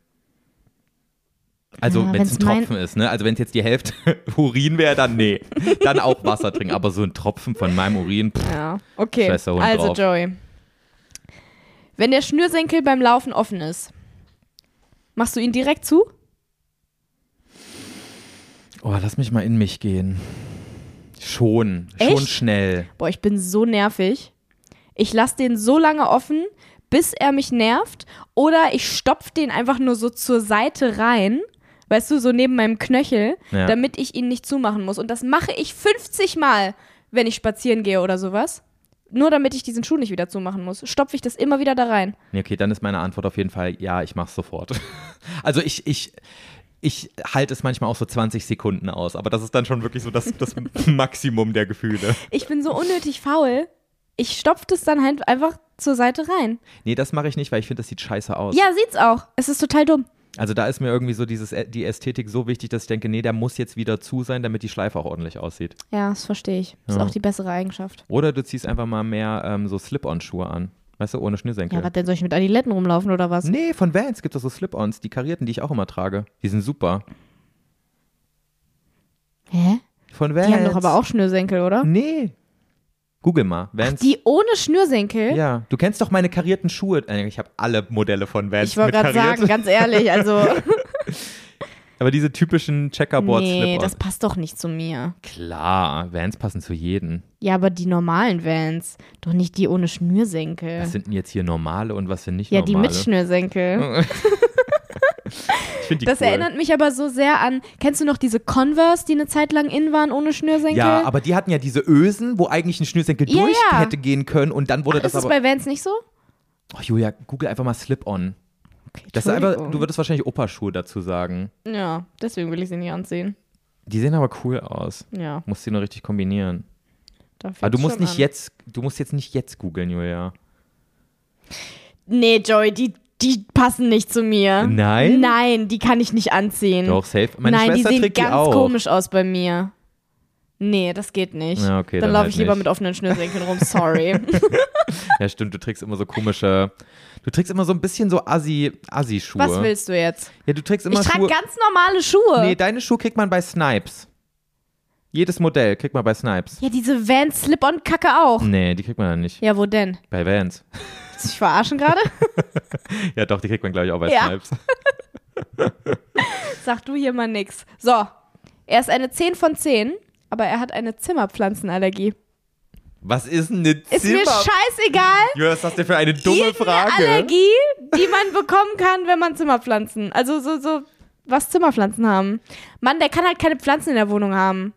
Also Ja, wenn es ein wenn's mein- Tropfen ist, ne? Also wenn es jetzt die Hälfte Urin wäre, dann nee. Dann auch Wasser trinken. Aber so ein Tropfen von meinem Urin, pff, Ja, okay. Scheiße, Hund Also drauf. Joey. Wenn der Schnürsenkel beim Laufen offen ist, machst du ihn direkt zu? Oh, lass mich mal in mich gehen. Schon, schon Echt? schnell. Boah, ich bin so nervig. Ich lasse den so lange offen, bis er mich nervt. Oder ich stopfe den einfach nur so zur Seite rein, weißt du, so neben meinem Knöchel, Ja. damit ich ihn nicht zumachen muss. Und das mache ich fünfzig Mal, wenn ich spazieren gehe oder sowas. Nur damit ich diesen Schuh nicht wieder zumachen muss, stopfe ich das immer wieder da rein. Nee, okay, dann ist meine Antwort auf jeden Fall, ja, ich mach's sofort. Also ich, ich, ich halte es manchmal auch so zwanzig Sekunden aus, aber das ist dann schon wirklich so das, das Maximum der Gefühle. Ich bin so unnötig faul. Ich stopfe das dann halt einfach zur Seite rein. Nee, das mache ich nicht, weil ich finde, das sieht scheiße aus. Ja, sieht's auch. Es ist total dumm. Also da ist mir irgendwie so dieses, die Ästhetik so wichtig, dass ich denke, nee, der muss jetzt wieder zu sein, damit die Schleife auch ordentlich aussieht. Ja, das verstehe ich. Das Ja. ist auch die bessere Eigenschaft. Oder du ziehst einfach mal mehr ähm, so Slip-on-Schuhe an. Weißt du, ohne Schnürsenkel. Ja, was denn, soll ich mit Adiletten rumlaufen oder was? Nee, von Vans gibt es so Slip-ons, die karierten, die ich auch immer trage. Die sind super. Hä? Von Vans. Die haben doch aber auch Schnürsenkel, oder? Nee. Google mal. Vans. Die ohne Schnürsenkel? Ja, du kennst doch meine karierten Schuhe. Äh, Ich habe alle Modelle von Vans Ich wollte mit gerade kariert. sagen, ganz ehrlich, also Aber diese typischen checkerboard nee, Slip-ons. das passt doch nicht zu mir. Klar, Vans passen zu jedem. Ja, aber die normalen Vans, doch nicht die ohne Schnürsenkel. Was sind denn jetzt hier normale und was sind nicht Ja, die normale? mit Schnürsenkel. Ich finde die Das cool. erinnert mich aber so sehr an, kennst du noch diese Converse, die eine Zeit lang in waren ohne Schnürsenkel? Ja, aber die hatten ja diese Ösen, wo eigentlich ein Schnürsenkel Ja, durch ja. hätte gehen können und dann wurde Ach, das ist das aber... bei Vans nicht so? Oh, Julia, google einfach mal Slip-on. Okay, Das ist einfach, Entschuldigung. du würdest wahrscheinlich Opa-Schuhe dazu sagen. Ja, deswegen will ich sie nicht anziehen. Die sehen aber cool aus. Ja, Musst die nur richtig kombinieren. da Aber du fängt's musst schon nicht an. jetzt, du musst jetzt nicht jetzt googeln, Julia. Nee, Joey, die, die passen nicht zu mir. Nein? Nein, die kann ich nicht anziehen. Doch, safe. Meine Nein, die Schwester sehen trägt die ganz auch. komisch aus bei mir. Nee, das geht nicht. Ja, okay, dann dann laufe halt ich lieber nicht. mit offenen Schnürsenkeln rum, sorry. Ja, stimmt, du trägst immer so komische, du trägst immer so ein bisschen so Assi, Assi-Schuhe. Was willst du jetzt? Ja, du trägst immer Ich trage Schuhe. ganz normale Schuhe. Nee, deine Schuhe kriegt man bei Snipes. Jedes Modell kriegt man bei Snipes. Ja, diese Vans Slip-on-Kacke auch. Nee, die kriegt man dann nicht. Ja, wo denn? Bei Vans. Willst du dich verarschen gerade? Ja, doch, die kriegt man, glaube ich, auch bei Ja. Snipes. Sag du hier mal nix. So, er ist eine zehn von zehn, aber er hat eine Zimmerpflanzenallergie. Was ist denn eine Ist mir Zimmer... scheißegal. Jonas, was hast du für eine dumme Irgendeine Frage? Allergie, die man bekommen kann, wenn man Zimmerpflanzen, also so, so, was Zimmerpflanzen haben. Mann, der kann halt keine Pflanzen in der Wohnung haben.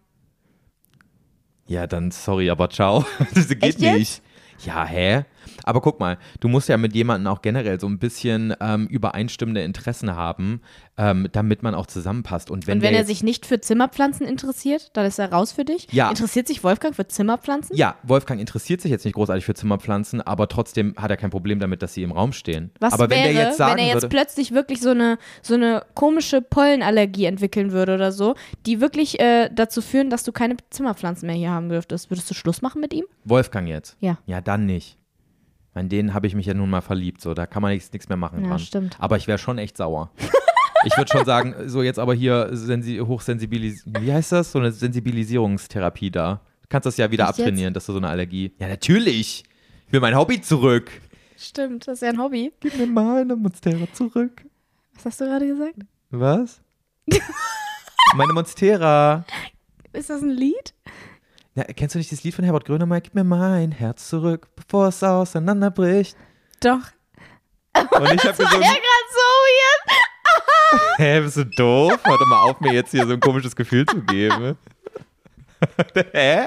Ja, dann sorry, aber ciao. Das geht Echt jetzt? nicht. Ja, hä? Aber guck mal, du musst ja mit jemandem auch generell so ein bisschen ähm, übereinstimmende Interessen haben, ähm, damit man auch zusammenpasst. Und wenn, Und wenn der er jetzt, sich nicht für Zimmerpflanzen interessiert, dann ist er raus für dich? Ja. Interessiert sich Wolfgang für Zimmerpflanzen? Ja, Wolfgang interessiert sich jetzt nicht großartig für Zimmerpflanzen, aber trotzdem hat er kein Problem damit, dass sie im Raum stehen. Was aber wenn wäre, der jetzt sagen wenn er jetzt würde, plötzlich wirklich so eine, so eine komische Pollenallergie entwickeln würde oder so, die wirklich äh, dazu führen, dass du keine Zimmerpflanzen mehr hier haben dürftest? Würdest du Schluss machen mit ihm? Wolfgang jetzt? Ja. Ja, dann nicht. An den habe ich mich ja nun mal verliebt, so, da kann man nichts nichts mehr machen Ja, dran. stimmt. Aber ich wäre schon echt sauer. Ich würde schon sagen, so jetzt aber hier sensi hochsensibilis, wie heißt das? So eine Sensibilisierungstherapie da. Du kannst das ja wieder Echt abtrainieren, dass du so eine Allergie. Ja, natürlich. Ich will mein Hobby zurück. Stimmt, das ist ja ein Hobby. Gib mir meine Monstera zurück. Was hast du gerade gesagt? Was? Meine Monstera. Ist das ein Lied? Ja, kennst du nicht das Lied von Herbert Grönemeyer? Gib mir mein Herz zurück, bevor es auseinanderbricht. Doch. Und ich habe Das war so, ja gerade so weird. hä, bist du doof? Warte mal auf, mir jetzt hier so ein komisches Gefühl zu geben. Hä?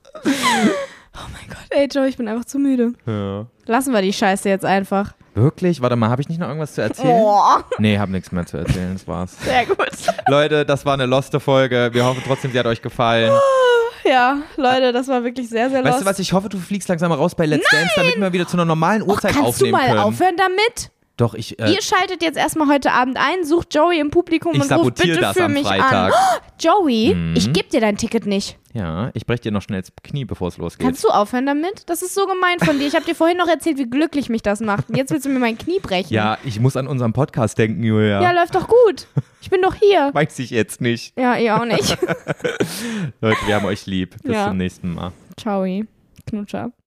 Oh mein Gott, ey Joe, ich bin einfach zu müde. Ja. Lassen wir die Scheiße jetzt einfach. Wirklich? Warte mal, habe ich nicht noch irgendwas zu erzählen? Oh, Nee, habe nichts mehr zu erzählen, das war's. sehr gut. Leute, das war eine loste Folge. Wir hoffen trotzdem, sie hat euch gefallen. Ja, Leute, das war wirklich sehr, sehr Weißt lost. du was, ich hoffe, du fliegst langsam mal raus bei Let's Dance, damit wir wieder zu einer normalen Och, Uhrzeit kannst du aufnehmen mal können. aufhören damit? Doch, ich, äh, Ihr schaltet jetzt erstmal heute Abend ein, sucht Joey im Publikum ich und ruft sabotiere bitte das für am mich Freitag. an. Oh, Joey, Mhm. ich gebe dir dein Ticket nicht. Ja, ich breche dir noch schnell das Knie, bevor es losgeht. Kannst du aufhören damit? Das ist so gemein von dir. Ich habe dir vorhin noch erzählt, wie glücklich mich das macht. Und jetzt willst du mir mein Knie brechen. Ja, ich muss an unseren Podcast denken, Julia. Ja, läuft doch gut. Ich bin doch hier. Weiß ich jetzt nicht. Ja, ihr auch nicht. Leute, wir haben euch lieb. Bis Ja. zum nächsten Mal. Ciao. Knutscher.